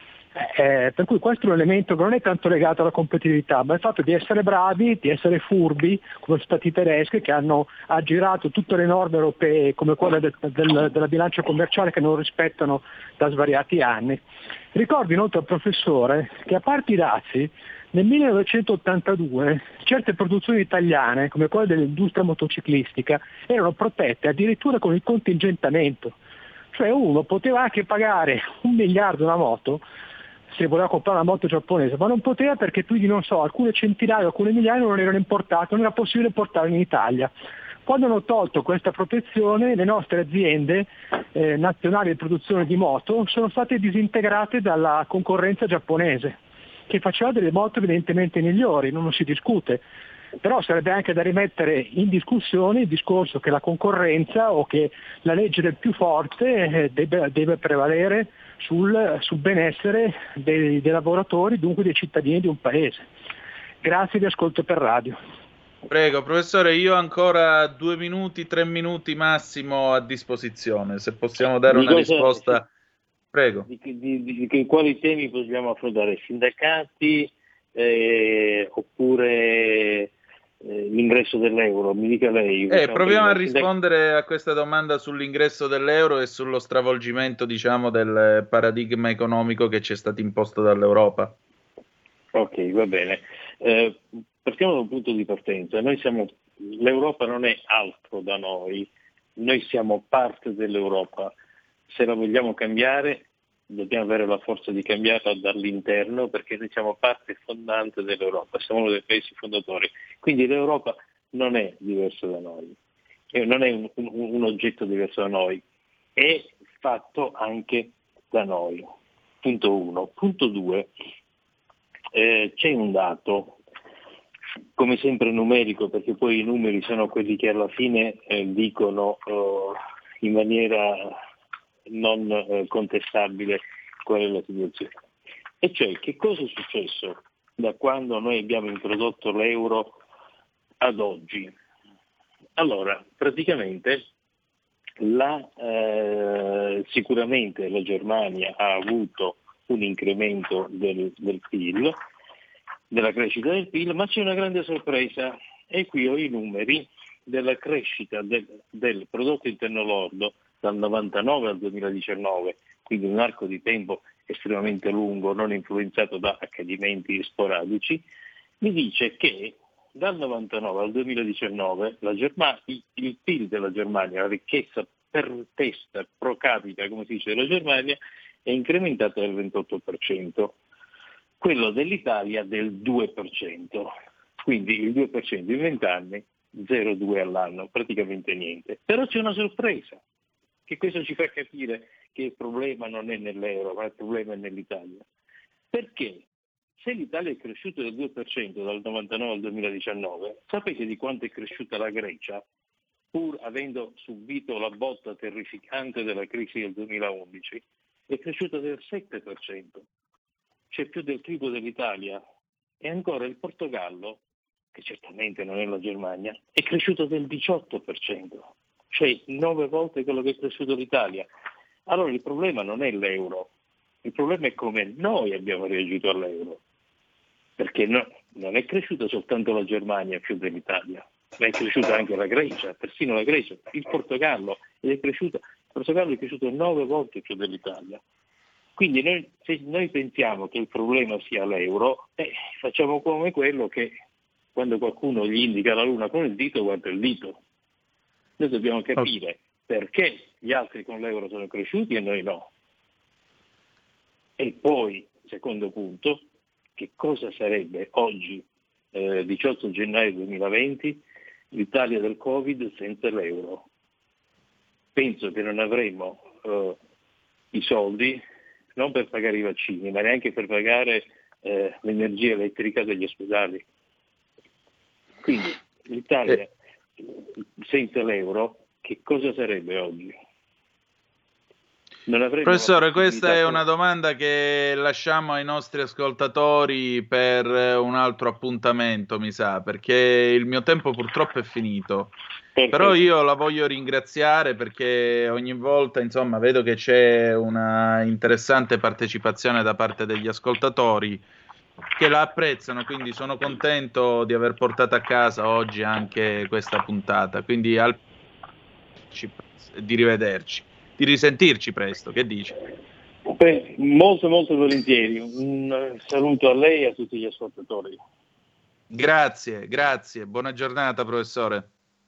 O: Eh, per cui questo è un elemento che non è tanto legato alla competitività, ma il fatto di essere bravi, di essere furbi, come sono stati i tedeschi che hanno aggirato tutte le norme europee come quelle del, del, della bilancia commerciale che non rispettano da svariati anni. Ricordo inoltre al professore che, a parte i dazi, nel millenovecentottantadue certe produzioni italiane, come quelle dell'industria motociclistica, erano protette addirittura con il contingentamento. Cioè uno poteva anche pagare un miliardo una moto se voleva comprare una moto giapponese, ma non poteva perché più di, non so, alcune centinaia o alcune migliaia non erano importate, non era possibile portarle in Italia. Quando hanno tolto questa protezione, le nostre aziende eh, nazionali di produzione di moto sono state disintegrate dalla concorrenza giapponese, che faceva delle moto evidentemente migliori, non si discute. Però sarebbe anche da rimettere in discussione il discorso che la concorrenza o che la legge del più forte deve, deve prevalere sul, sul benessere dei, dei lavoratori, dunque dei cittadini di un paese. Grazie, vi ascolto per radio.
C: Prego, professore, io ho ancora due minuti, tre minuti massimo a disposizione, se possiamo dare
T: di
C: una
T: cosa,
C: risposta. Prego.
T: Di, di, di, di quali temi possiamo affrontare? Sindacati eh, oppure... l'ingresso dell'euro, mi dica lei.
C: Eh, proviamo a rispondere a questa domanda sull'ingresso dell'euro e sullo stravolgimento, diciamo, del paradigma economico che ci è stato imposto dall'Europa.
T: Ok, va bene. Eh, partiamo da un punto di partenza. Noi siamo, l'Europa non è altro da noi, noi siamo parte dell'Europa. Se la vogliamo cambiare, dobbiamo avere la forza di cambiarla dall'interno, perché noi siamo parte fondante dell'Europa, siamo uno dei paesi fondatori. Quindi l'Europa non è diversa da noi, non è un, un, un oggetto diverso da noi, è fatto anche da noi. Punto uno. Punto due, eh, c'è un dato, come sempre numerico, perché poi i numeri sono quelli che alla fine eh, dicono eh, in maniera non eh, contestabile qual è la situazione. E cioè, che cosa è successo da quando noi abbiamo introdotto l'euro ad oggi? Allora, praticamente la, eh, sicuramente la Germania ha avuto un incremento del, del P I L, della crescita del P I L, ma c'è una grande sorpresa, e qui ho i numeri della crescita del, del prodotto interno lordo dal novantanove al duemiladiciannove, quindi un arco di tempo estremamente lungo, non influenzato da accadimenti sporadici. Mi dice che dal novantanove al duemiladiciannove la Germania, il P I L della Germania, la ricchezza per testa, pro capita, come si dice, della Germania, è incrementata del ventotto per cento, quello dell'Italia del due per cento, quindi il due per cento in venti anni, zero virgola due all'anno, praticamente niente. Però c'è una sorpresa, che questo ci fa capire che il problema non è nell'euro, ma il problema è nell'Italia. Perché se l'Italia è cresciuta del due per cento dal novantanove al duemiladiciannove, sapete di quanto è cresciuta la Grecia, pur avendo subito la botta terrificante della crisi del duemilaundici? È cresciuta del sette per cento, c'è più del triplo dell'Italia. E ancora il Portogallo, che certamente non è la Germania, è cresciuto del diciotto per cento, cioè nove volte quello che è cresciuto l'Italia. Allora il problema non è l'euro, il problema è come noi abbiamo reagito all'euro, perché no, non è cresciuta soltanto la Germania più dell'Italia, ma è cresciuta anche la Grecia, persino la Grecia, il Portogallo, ed è cresciuta, il Portogallo è cresciuto nove volte più dell'Italia. Quindi noi, se noi pensiamo che il problema sia l'euro, eh, facciamo come quello che quando qualcuno gli indica la luna con il dito, guarda il dito. Noi dobbiamo capire perché gli altri con l'euro sono cresciuti e noi no. E poi, secondo punto, che cosa sarebbe oggi, eh, diciotto gennaio duemilaventi, l'Italia del Covid senza l'euro? Penso che non avremo eh, i soldi, non per pagare i vaccini, ma neanche per pagare eh, l'energia elettrica degli ospedali. Quindi l'Italia eh. senza l'euro, che cosa sarebbe oggi? Non avremmo
C: Professore, questa è una domanda che lasciamo ai nostri ascoltatori per un altro appuntamento, mi sa, perché il mio tempo purtroppo è finito. Perfetto. Però io la voglio ringraziare perché ogni volta, insomma, vedo che c'è una interessante partecipazione da parte degli ascoltatori che la apprezzano, quindi sono contento di aver portato a casa oggi anche questa puntata, quindi al... di rivederci, di risentirci presto, che dici?
T: Beh, molto molto volentieri, un saluto a lei e a tutti gli ascoltatori.
C: Grazie, grazie, buona giornata professore.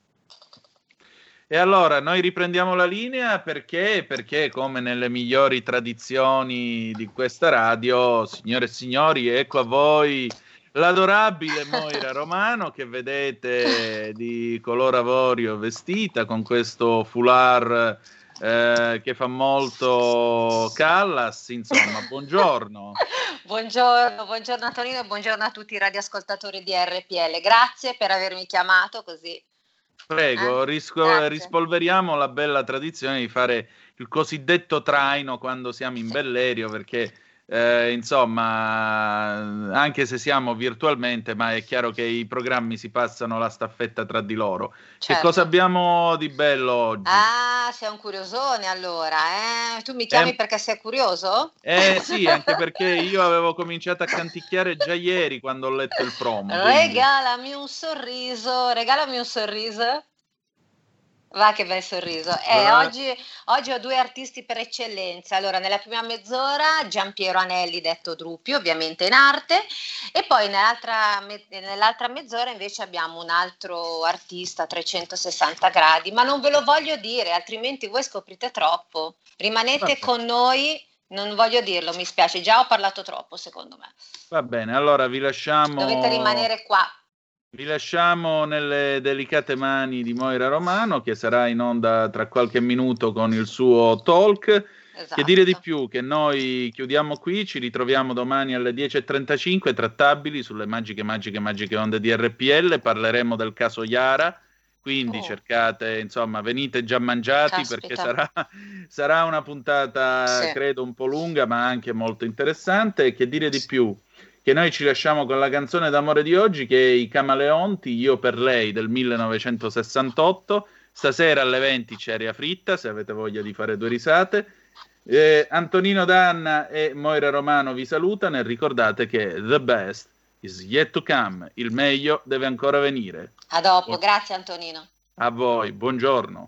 C: E allora noi riprendiamo la linea perché, perché come nelle migliori tradizioni di questa radio, signore e signori, ecco a voi l'adorabile Moira Romano che vedete di color avorio vestita con questo foulard eh, che fa molto Callas, insomma, buongiorno.
F: Buongiorno, buongiorno Antonino e buongiorno a tutti i radioascoltatori di R P L, grazie per avermi chiamato così.
C: Prego,
F: eh?
C: risco- rispolveriamo la bella tradizione di fare il cosiddetto traino quando siamo in Bellerio, perché eh, insomma, anche se siamo virtualmente, ma è chiaro che i programmi si passano la staffetta tra di loro. Certo. Che cosa abbiamo di bello oggi?
F: Ah, sei un curiosone allora, eh? Tu mi chiami eh, perché sei curioso?
C: Eh sì, anche perché io avevo cominciato a canticchiare già ieri quando ho letto il promo.
F: Regalami quindi... un sorriso, regalami un sorriso. Va che bel sorriso. Eh, oggi, oggi ho due artisti per eccellenza. Allora, nella prima mezz'ora Giampiero Anelli, detto Drupi, ovviamente in arte, e poi nell'altra, me- nell'altra mezz'ora invece abbiamo un altro artista a trecentosessanta gradi, ma non ve lo voglio dire, altrimenti voi scoprite troppo. Rimanete Vabbè. con noi, non voglio dirlo, mi spiace, già ho parlato troppo secondo me.
C: Va bene, allora vi lasciamo...
F: Dovete rimanere qua.
C: Vi lasciamo nelle delicate mani di Moira Romano, che sarà in onda tra qualche minuto con il suo talk. Esatto. Che dire di più, che noi chiudiamo qui, ci ritroviamo domani alle dieci e trentacinque, trattabili sulle magiche, magiche, magiche onde di R P L, parleremo del caso Iara, quindi oh. cercate, insomma, venite già mangiati. Caspita. Perché sarà, sarà una puntata, sì. credo, un po' lunga, ma anche molto interessante. Che dire di più? che noi ci lasciamo con la canzone d'amore di oggi, che è I Camaleonti, Io per lei, del millenovecentosessantotto. Stasera alle venti c'è Aria Fritta, se avete voglia di fare due risate. Eh, Antonino Danna e Moira Romano vi salutano e ricordate che the best is yet to come, il meglio deve ancora venire.
F: A dopo, grazie Antonino.
C: A voi, buongiorno.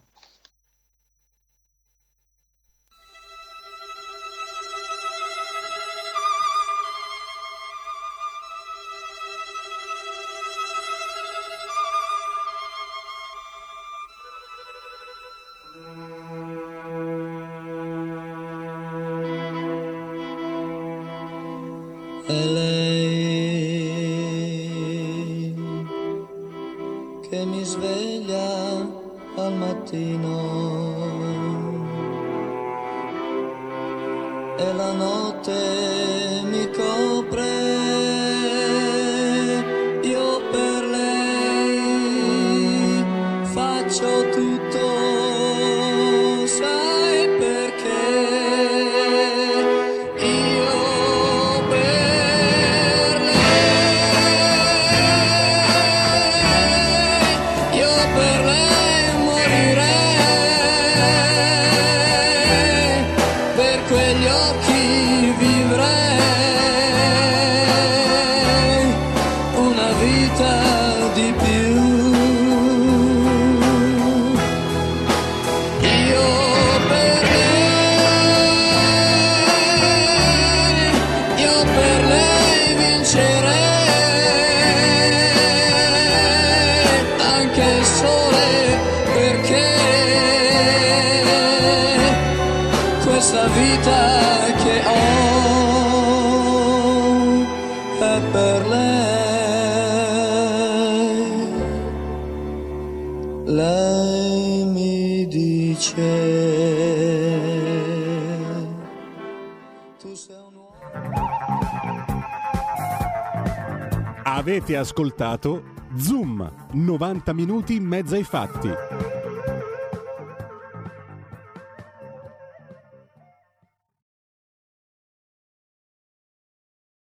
P: È lei che mi sveglia al mattino e la notte mi copre, io per lei faccio tutto, sai perché? Vita che ho è per lei. Lei mi dice tu sei un uomo.
A: Avete ascoltato Zoom, novanta minuti in mezzo ai fatti.